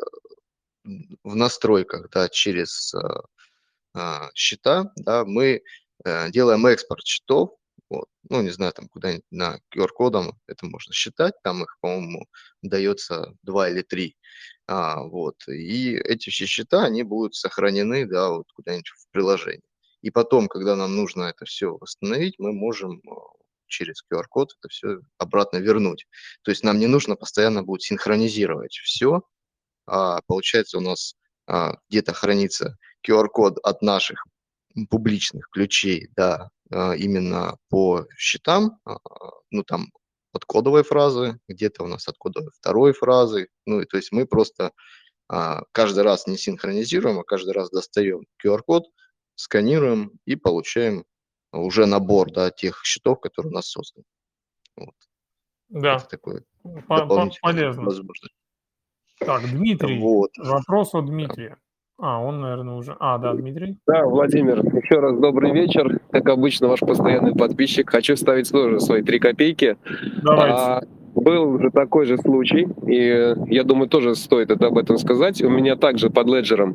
м, в настройках, да, через а, а, счета, да, мы э, делаем экспорт счетов, вот, ну, не знаю, там куда-нибудь на Q R-кодом это можно считать, там их, по-моему, дается два или три, а, вот, и эти все счета, они будут сохранены, да, вот куда-нибудь в приложении. И потом, когда нам нужно это все восстановить, мы можем а, через Q R-код это все обратно вернуть. То есть нам не нужно постоянно будет синхронизировать все, а, получается, у нас а, где-то хранится Q R-код от наших м, публичных ключей, да, а, именно по счетам, а, ну, там, от кодовой фразы, где-то у нас от кодовой второй фразы. Ну, и то есть мы просто а, каждый раз не синхронизируем, а каждый раз достаем Q R-код, сканируем и получаем уже набор, да, тех счетов, которые у нас созданы. Вот. Это Да, такое по- по- дополнительная полезно. возможность. Так, Дмитрий. Вот. Вопрос от Да. Дмитрия. А, он, наверное, уже... А, да, Дмитрий. Да, Владимир, еще раз добрый вечер. Как обычно, ваш постоянный подписчик. Хочу вставить тоже свои три копейки. Давайте. А, был уже такой же случай, и я думаю, тоже стоит это об этом сказать. У меня также под леджером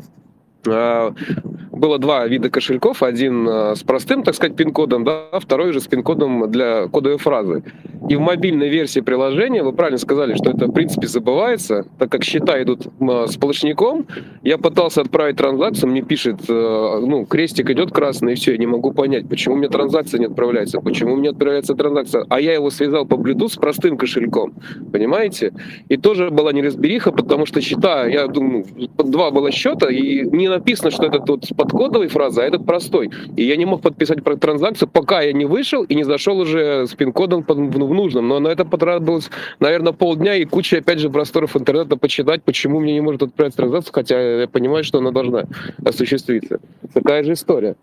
а, было два вида кошельков. Один а, с простым, так сказать, пин-кодом, да, второй же с пин-кодом для кодовой фразы. и в мобильной версии приложения, вы правильно сказали, что это в принципе забывается, так как счета идут э, сплошняком. Я пытался отправить транзакцию, мне пишет, э, ну, крестик идет красный, и все, я не могу понять, почему у меня транзакция не отправляется, почему у меня отправляется транзакция, а я его связал по Bluetooth с простым кошельком, понимаете? И тоже была неразбериха, потому что счета, я думаю, два было счета, и не написано, что это тут под кодовой фразой, а этот простой. И я не мог подписать транзакцию, пока я не вышел и не зашел уже с пин-кодом в нужном. Но на это потребовалось, наверное, полдня и куча, опять же, просторов интернета почитать, почему мне не может отправить транзакцию, хотя я понимаю, что она должна осуществиться. Такая же история.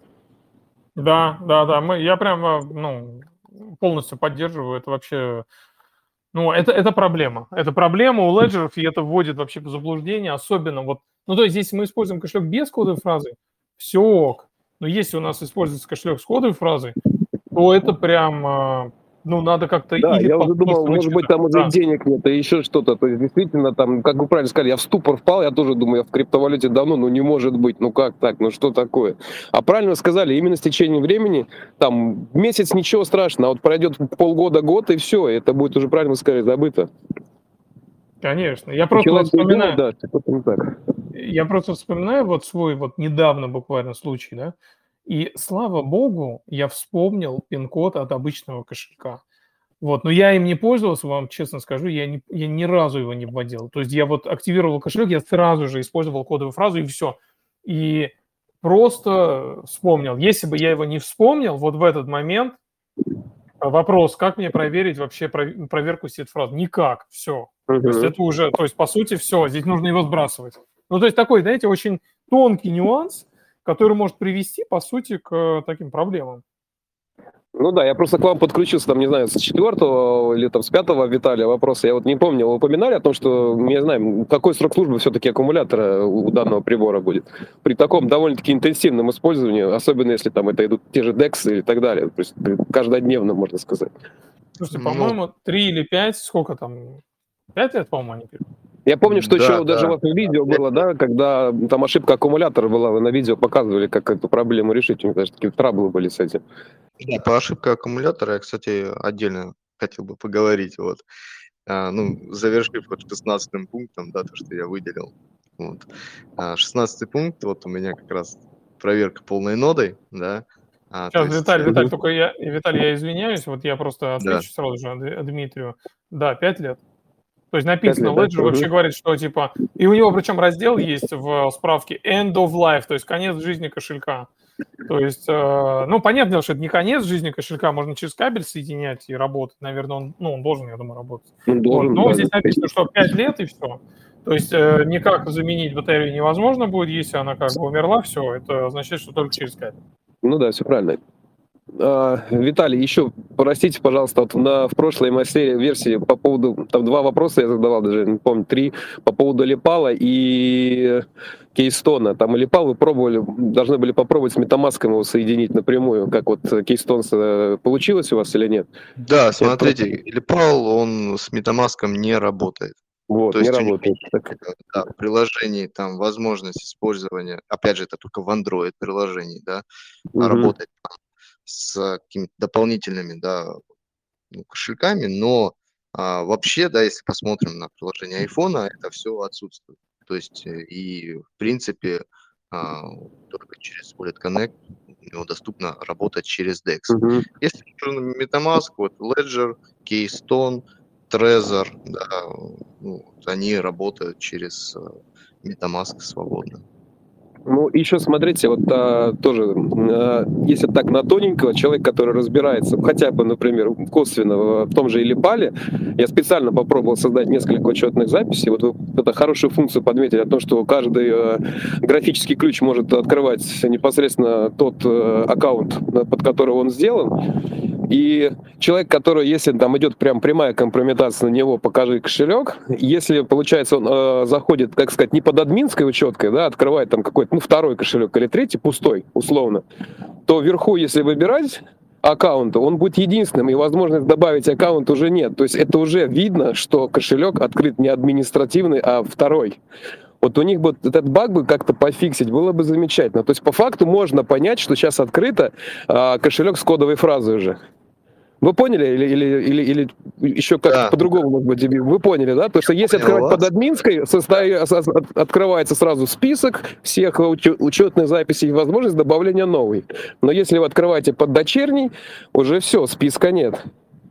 Да, да, да. Мы, я прям, ну, полностью поддерживаю. Это вообще... Ну, это, это проблема. Это проблема у леджеров, и это вводит вообще в заблуждение, особенно вот... Ну, то есть, если мы используем кошелек без кодовой фразы, все ок. Но если у нас используется кошелек с кодовой фразой, то это прям... Ну, надо как-то... Да, или я уже думал, может быть, там уже да. денег нет, и еще что-то. То есть, действительно, там, как вы правильно сказали, я в ступор впал, я тоже думаю, я в криптовалюте давно, ну, не может быть, ну, как так, ну, что такое? А правильно сказали, именно с течением времени, там, месяц ничего страшного, а вот пройдет полгода, год, и все, и это будет уже, правильно сказали, забыто. Конечно. Я просто вот вспоминаю... Думал, да, что-то не так. Я просто вспоминаю вот свой вот недавно буквально случай, да, и слава богу, я вспомнил пин-код от обычного кошелька. Вот, но я им не пользовался, вам честно скажу, я, не, я ни разу его не вводил. То есть я вот активировал кошелек, я сразу же использовал кодовую фразу и все. И просто вспомнил. Если бы я его не вспомнил, вот в этот момент вопрос, как мне проверить вообще проверку сид-фраз? Никак, все. Uh-huh. То есть это уже, то есть по сути все, здесь нужно его сбрасывать. Ну то есть такой, знаете, очень тонкий нюанс, который может привести, по сути, к таким проблемам. Ну да, я просто к вам подключился, там, не знаю, с четвертого или там с пятого Виталия вопроса. Я вот не помню, вы упоминали о том, что, не знаю, какой срок службы все-таки аккумулятора у данного прибора будет. При таком довольно-таки интенсивном использовании, особенно если там это идут те же дексы и так далее. То есть каждодневно, можно сказать. Слушайте, по-моему, три или пять, сколько там? Пять лет, по-моему, они пишут. Я помню, что да, еще да. даже у вас видео было, да, когда там ошибка аккумулятора была, вы на видео показывали, как эту проблему решить, у них даже такие траблы были с этим. Да, по ошибке аккумулятора я, кстати, отдельно хотел бы поговорить, вот, а, ну, завершив вот шестнадцатым пунктом, да, то, что я выделил, вот. А, шестнадцатый пункт, вот у меня как раз проверка полной нодой, да. А, Сейчас, есть... Виталий, Виталий, только я, Виталий, я извиняюсь, вот я просто отвечу да. сразу же Дмитрию. Да, пять лет. То есть написано, Ledger да? вообще говорит, что типа, и у него причем раздел есть в справке End of Life, то есть конец жизни кошелька. То есть, э, ну, понятно, что это не конец жизни кошелька, можно через кабель соединять и работать. Наверное, он, ну, он должен, я думаю, работать. Он должен, вот. Но да, здесь да. написано, что пять лет и все. То есть э, никак заменить батарею невозможно будет, если она как бы умерла, все, это означает, что только через кабель. Ну да, все правильно. А, Виталий, еще, простите, пожалуйста, вот на, в прошлой моей версии по поводу, там два вопроса я задавал, даже не помню, три, по поводу Липала и Кейстона. Там Липал вы пробовали, должны были попробовать с MetaMask его соединить напрямую, как вот Кейстон получилось у вас или нет? Да, смотрите, просто... Липал, он с MetaMask не работает. Вот, То не есть работает. Так... Да, в приложении там возможность использования, опять же, это только в Android приложении, да, угу. работать там с какими-то дополнительными, да, ну, кошельками, но а, вообще, да, если посмотрим на приложение iPhone, это все отсутствует. То есть и в принципе а, только через Wallet Connect у него доступно работать через декс. Uh-huh. Если нужен MetaMask, вот Ledger, Keystone, Trezor, да, ну, они работают через MetaMask свободно. Ну, еще смотрите, вот а, тоже, а, если так на тоненького, человек, который разбирается, хотя бы, например, косвенно в том же Липале, я специально попробовал создать несколько учетных записей, вот вы это хорошую функцию подметили, о том, что каждый а, графический ключ может открывать непосредственно тот а, аккаунт, под который он сделан, и человек, который, если там идет прям прямая компрометация на него, покажи кошелек, если, получается, он э, заходит, как сказать, не под админской учеткой, да, открывает там какой-то, ну, второй кошелек или третий, пустой, условно, то вверху, если выбирать аккаунт, он будет единственным, и возможность добавить аккаунт уже нет. То есть это уже видно, что кошелек открыт не административный, а второй. Вот у них бы этот баг бы как-то пофиксить, было бы замечательно. То есть по факту можно понять, что сейчас открыто а, кошелек с кодовой фразой уже. Вы поняли или, или, или, или еще как-то Да, по-другому, может быть, вы поняли, да? Потому что если понял открывать под вас. админской, состав- с- от- открывается сразу список всех учё- учетных записей и возможность добавления новой. Но если вы открываете под дочерней, уже все, списка нет.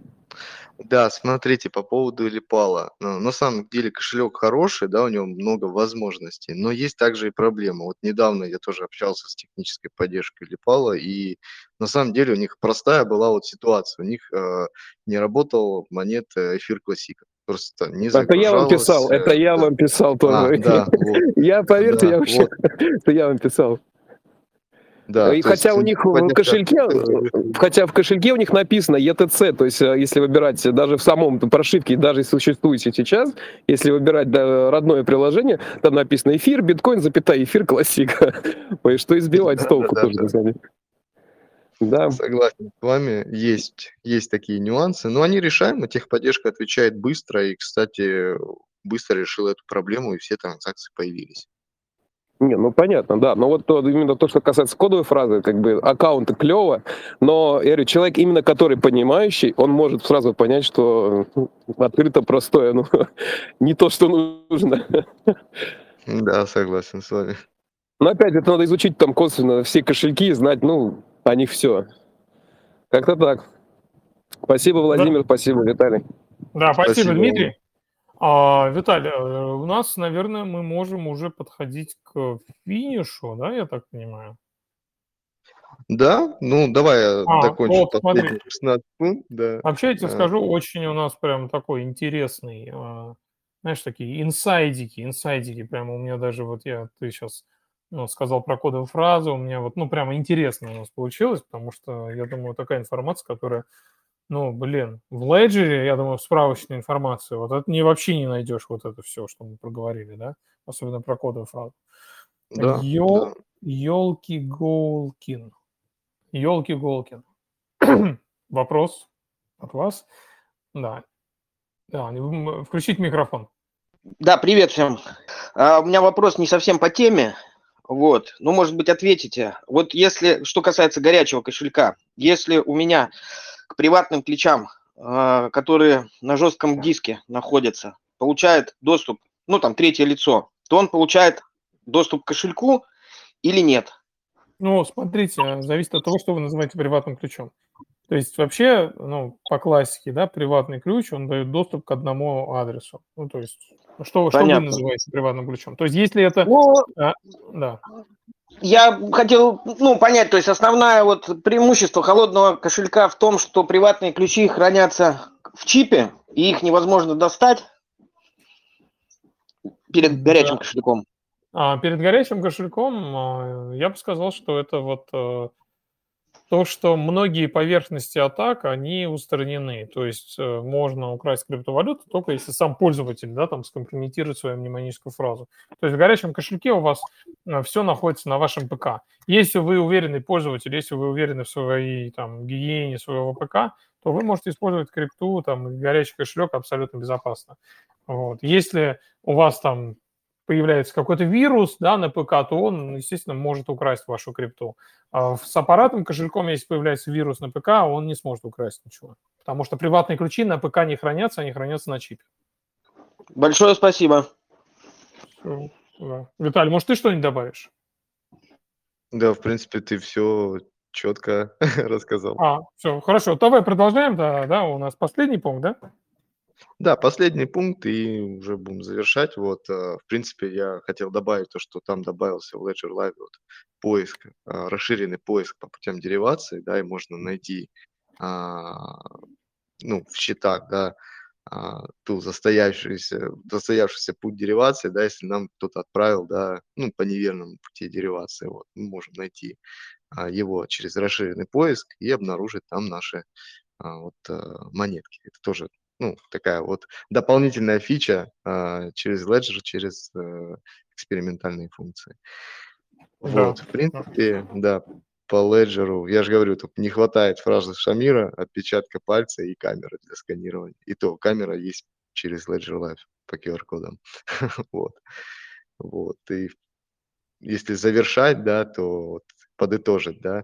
Да, смотрите, по поводу Липала. Ну, на самом деле кошелек хороший, да, у него много возможностей, но есть также и проблема. Вот недавно я тоже общался с технической поддержкой Липала, и на самом деле у них простая была вот ситуация. У них э, не работал монета Эфир Классика. Просто не Это я вам загружалась. писал, это э, я да. вам писал А, тоже. да, вот, Я, поверьте, я да, вообще, вот, это я вам писал. да, И то хотя есть у м, них в поддержка кошельке, тоже. хотя в кошельке у них написано и ти си, то есть э, если выбирать даже в самом прошивке, даже если существуете сейчас, если выбирать да, родное приложение, там написано эфир, биткоин, запятая, эфир, классика. Ой, что избивать с Да, да, толку да, тоже, да. на самом деле. Да. Согласен с вами, есть, есть такие нюансы, но они решаемы, техподдержка отвечает быстро, и, кстати, быстро решила эту проблему, и все транзакции появились. Не, ну понятно, да. Но вот то, именно то, что касается кодовой фразы, как бы аккаунты клево, но я говорю, человек, именно который понимающий, он может сразу понять, что ну, открыто простое, ну, не то, что нужно. Да, согласен с вами. Но опять это надо изучить там косвенно все кошельки и знать, ну, о них все. Как-то так. Спасибо, Да, Владимир, спасибо, Виталий. да, спасибо, Спасибо вам. Дмитрий. А, Виталий, э, у нас, наверное, мы можем уже подходить к финишу, да, я так понимаю? Да, ну давай я А, докончу вот, смотри. последний шестнадцатый пункт, да. Вообще, я тебе А, скажу, очень у нас прям такой интересный, а, знаешь, такие инсайдики, инсайдики. Прямо у меня даже вот я, ты сейчас ну, сказал про кодовую фразу, у меня вот, ну, прямо интересно у нас получилось, потому что, я думаю, такая информация, которая, ну, блин, в Ledger, я думаю, справочную информацию, вот это не вообще не найдешь вот это все, что мы проговорили, да, особенно про кодовую фразу. Да, Ел, да. елки-голкин, елки-голкин. Вопрос от вас? Да. Да, м, включить микрофон. Да, привет всем. А, у меня вопрос не совсем по теме. Вот, ну, может быть, ответите. Вот если, что касается горячего кошелька, если у меня к приватным ключам, а, которые на жестком диске находятся, получает доступ, ну, там, третье лицо, то он получает доступ к кошельку или нет? Ну, смотрите, зависит от того, что вы называете приватным ключом. То есть вообще, ну, по классике, да, приватный ключ, он дает доступ к одному адресу. Ну, то есть, что, что вы Понятно. называете приватным ключом? То есть, если это... Ну, а, да. я хотел, ну, понять, то есть основное вот преимущество холодного кошелька в том, что приватные ключи хранятся в чипе, и их невозможно достать перед горячим Да. кошельком. А перед горячим кошельком а, я бы сказал, что это вот э, то, что многие поверхности атак, они устранены. То есть э, можно украсть криптовалюту только если сам пользователь, да, там скомпрометирует свою мнемоническую фразу. То есть в горячем кошельке у вас все находится на вашем ПК. Если вы уверенный пользователь, если вы уверены в своей там гигиене своего ПК, то вы можете использовать крипту, там, и горячий кошелек абсолютно безопасно. Вот. Если у вас там появляется какой-то вирус, да, на ПК, то он, естественно, может украсть вашу крипту. А с аппаратным кошельком, если появляется вирус на ПК, он не сможет украсть ничего. Потому что приватные ключи на ПК не хранятся, они хранятся на чипе. Большое спасибо. Всё, да. Виталий, может, ты что-нибудь добавишь? Да, в принципе, ты все четко рассказал. А, все, хорошо. Давай продолжаем, да, да, у нас последний пункт, да? Да, последний пункт, и уже будем завершать. Вот, э, в принципе, я хотел добавить то, что там добавился в Ledger Live вот поиск, э, расширенный поиск по путям деривации, да, и можно найти, а, ну, в счетах, да, а, ту застоявшуюся, застоявшийся путь деривации, да, если нам кто-то отправил, да, ну, по неверному пути деривации, вот, мы можем найти а, его через расширенный поиск и обнаружить там наши а, вот, а, монетки. Это тоже, ну, такая вот дополнительная фича а, через Ledger, через э, экспериментальные функции. Да. Вот, в принципе, да, по Ledger, я же говорю, тут не хватает фразы Шамира, отпечатка пальца и камеры для сканирования. И то камера есть через Ledger Live по ку ар-кодам. Вот. Вот. И если завершать, да, то вот подытожить, да,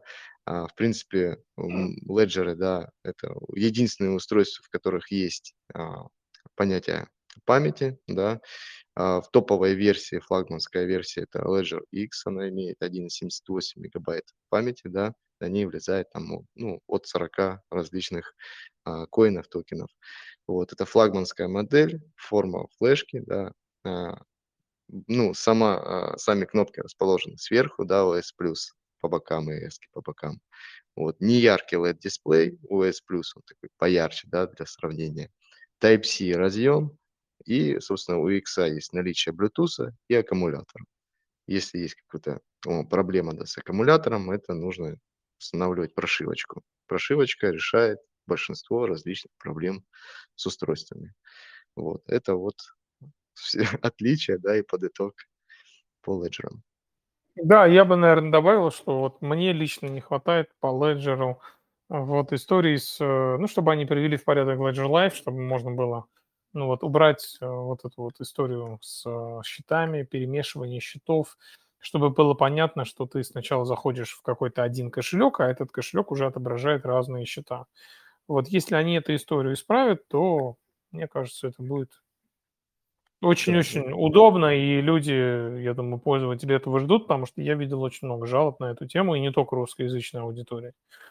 А, В принципе, м, леджеры, да, это единственные устройства, в которых есть а, понятие памяти, да. А, В топовой версии, флагманская версия, это Ledger X, она имеет один и семьдесят восемь мегабайт памяти, да, на ней влезает там, ну, ну, от сорока различных а, коинов, токенов. Вот, это флагманская модель, форма флешки, да, а, ну, сама, а, сами кнопки расположены сверху, да, о эс плюс по бокам и эс по бокам. Вот, не яркий эл и ди-дисплей, о эс плюс, он такой поярче, да, для сравнения. Type-C разъем, и, собственно, у X есть наличие Bluetooth и аккумулятора. Если есть какая-то о, проблема, да, с аккумулятором, это нужно устанавливать прошивочку. Прошивочка решает большинство различных проблем с устройствами. Вот, это вот все отличия, да, и под итог по леджерам. Да, я бы, наверное, добавил, что вот мне лично не хватает по Ledger вот истории с, э, ну, чтобы они привели в порядок Ledger Live, чтобы можно было, ну, вот убрать э, вот эту вот историю с э, счетами, перемешивание счетов, чтобы было понятно, что ты сначала заходишь в какой-то один кошелек, а этот кошелек уже отображает разные счета. Вот если они эту историю исправят, то, мне кажется, это будет Да, очень-очень удобно, и люди, я думаю, пользователи этого ждут, потому что я видел очень много жалоб на эту тему, и не только русскоязычной аудитории.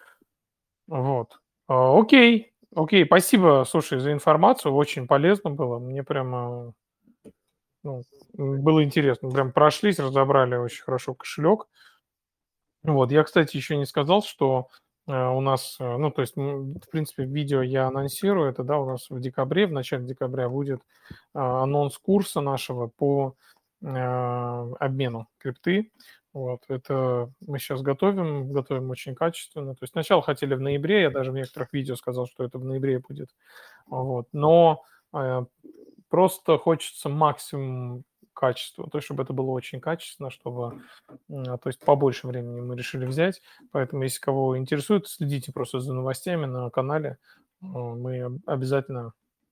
Вот. А, Окей, окей, спасибо, слушай, за информацию, очень полезно было. Мне прямо, ну, м, было интересно. Прям прошлись, разобрали очень хорошо кошелек. Вот, я, кстати, еще не сказал, что э, у нас, э, ну, то есть, м, в принципе, видео я анонсирую, это, да, у нас в декабре, в начале декабря будет а, анонс курса нашего по э, обмену крипты. Вот, это мы сейчас готовим, готовим очень качественно. То есть сначала хотели в ноябре, я даже в некоторых видео сказал, что это в ноябре будет. Вот, но э, просто хочется максимум качества, то есть чтобы это было очень качественно, чтобы, м, то есть побольше времени мы решили взять. Поэтому, если кого интересует, следите просто за новостями на канале. Э, Мы об- обязательно,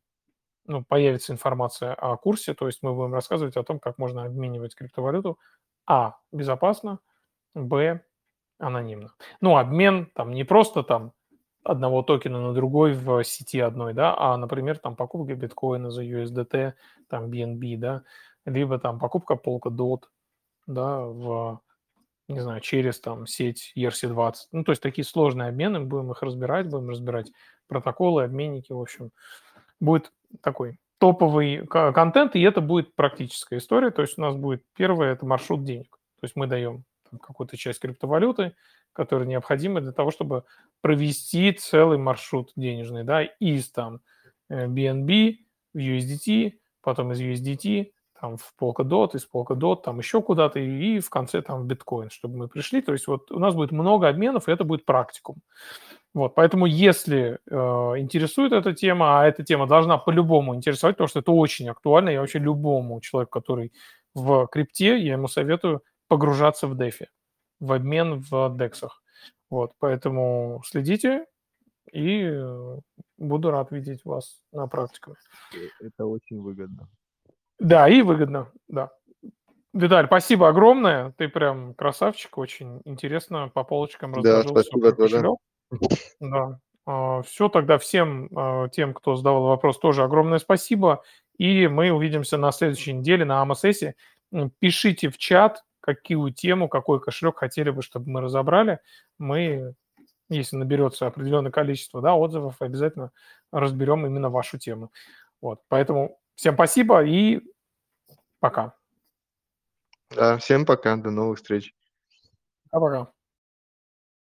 ну, появится информация о курсе, то есть мы будем рассказывать о том, как можно обменивать криптовалюту, а, безопасно, б, анонимно. Ну, обмен там не просто там одного токена на другой в сети одной, да, а, например, там покупка биткоина за ю эс ди ти, там би эн би, да, либо там покупка Polkadot, да, в, не знаю, через там сеть и эр си двадцать. Ну, то есть такие сложные обмены, будем их разбирать, будем разбирать протоколы, обменники, в общем. Будет такой топовый ко- контент, и это будет практическая история. То есть у нас будет первое – это маршрут денег. То есть мы даем там какую-то часть криптовалюты, которая необходима для того, чтобы провести целый маршрут денежный, да, из там э, би эн би в ю эс ди ти, потом из ю эс ди ти там в Polkadot, из Polkadot там еще куда-то, и в конце там в биткоин, чтобы мы пришли. То есть вот у нас будет много обменов, и это будет практикум. Вот, поэтому если э, интересует эта тема, а эта тема должна по-любому интересовать, потому что это очень актуально, я вообще любому человеку, который в крипте, я ему советую погружаться в дефи, в обмен в дексах. Вот, поэтому следите, и э, буду рад видеть вас на практике. Это очень выгодно. Да, и выгодно, да. Виталь, спасибо огромное, ты прям красавчик, очень интересно по полочкам Да, разложил все спасибо про тоже. кошелек. Да. Все, тогда всем а, тем, кто задавал вопрос, тоже огромное спасибо. И мы увидимся на следующей неделе на АМССе. М, Пишите в чат, какую тему, какой кошелек хотели бы, чтобы мы разобрали. Мы, если наберется определенное количество, да, отзывов, обязательно разберем именно вашу тему. Вот, поэтому всем спасибо и пока. Да, всем пока, до новых встреч. Пока-пока.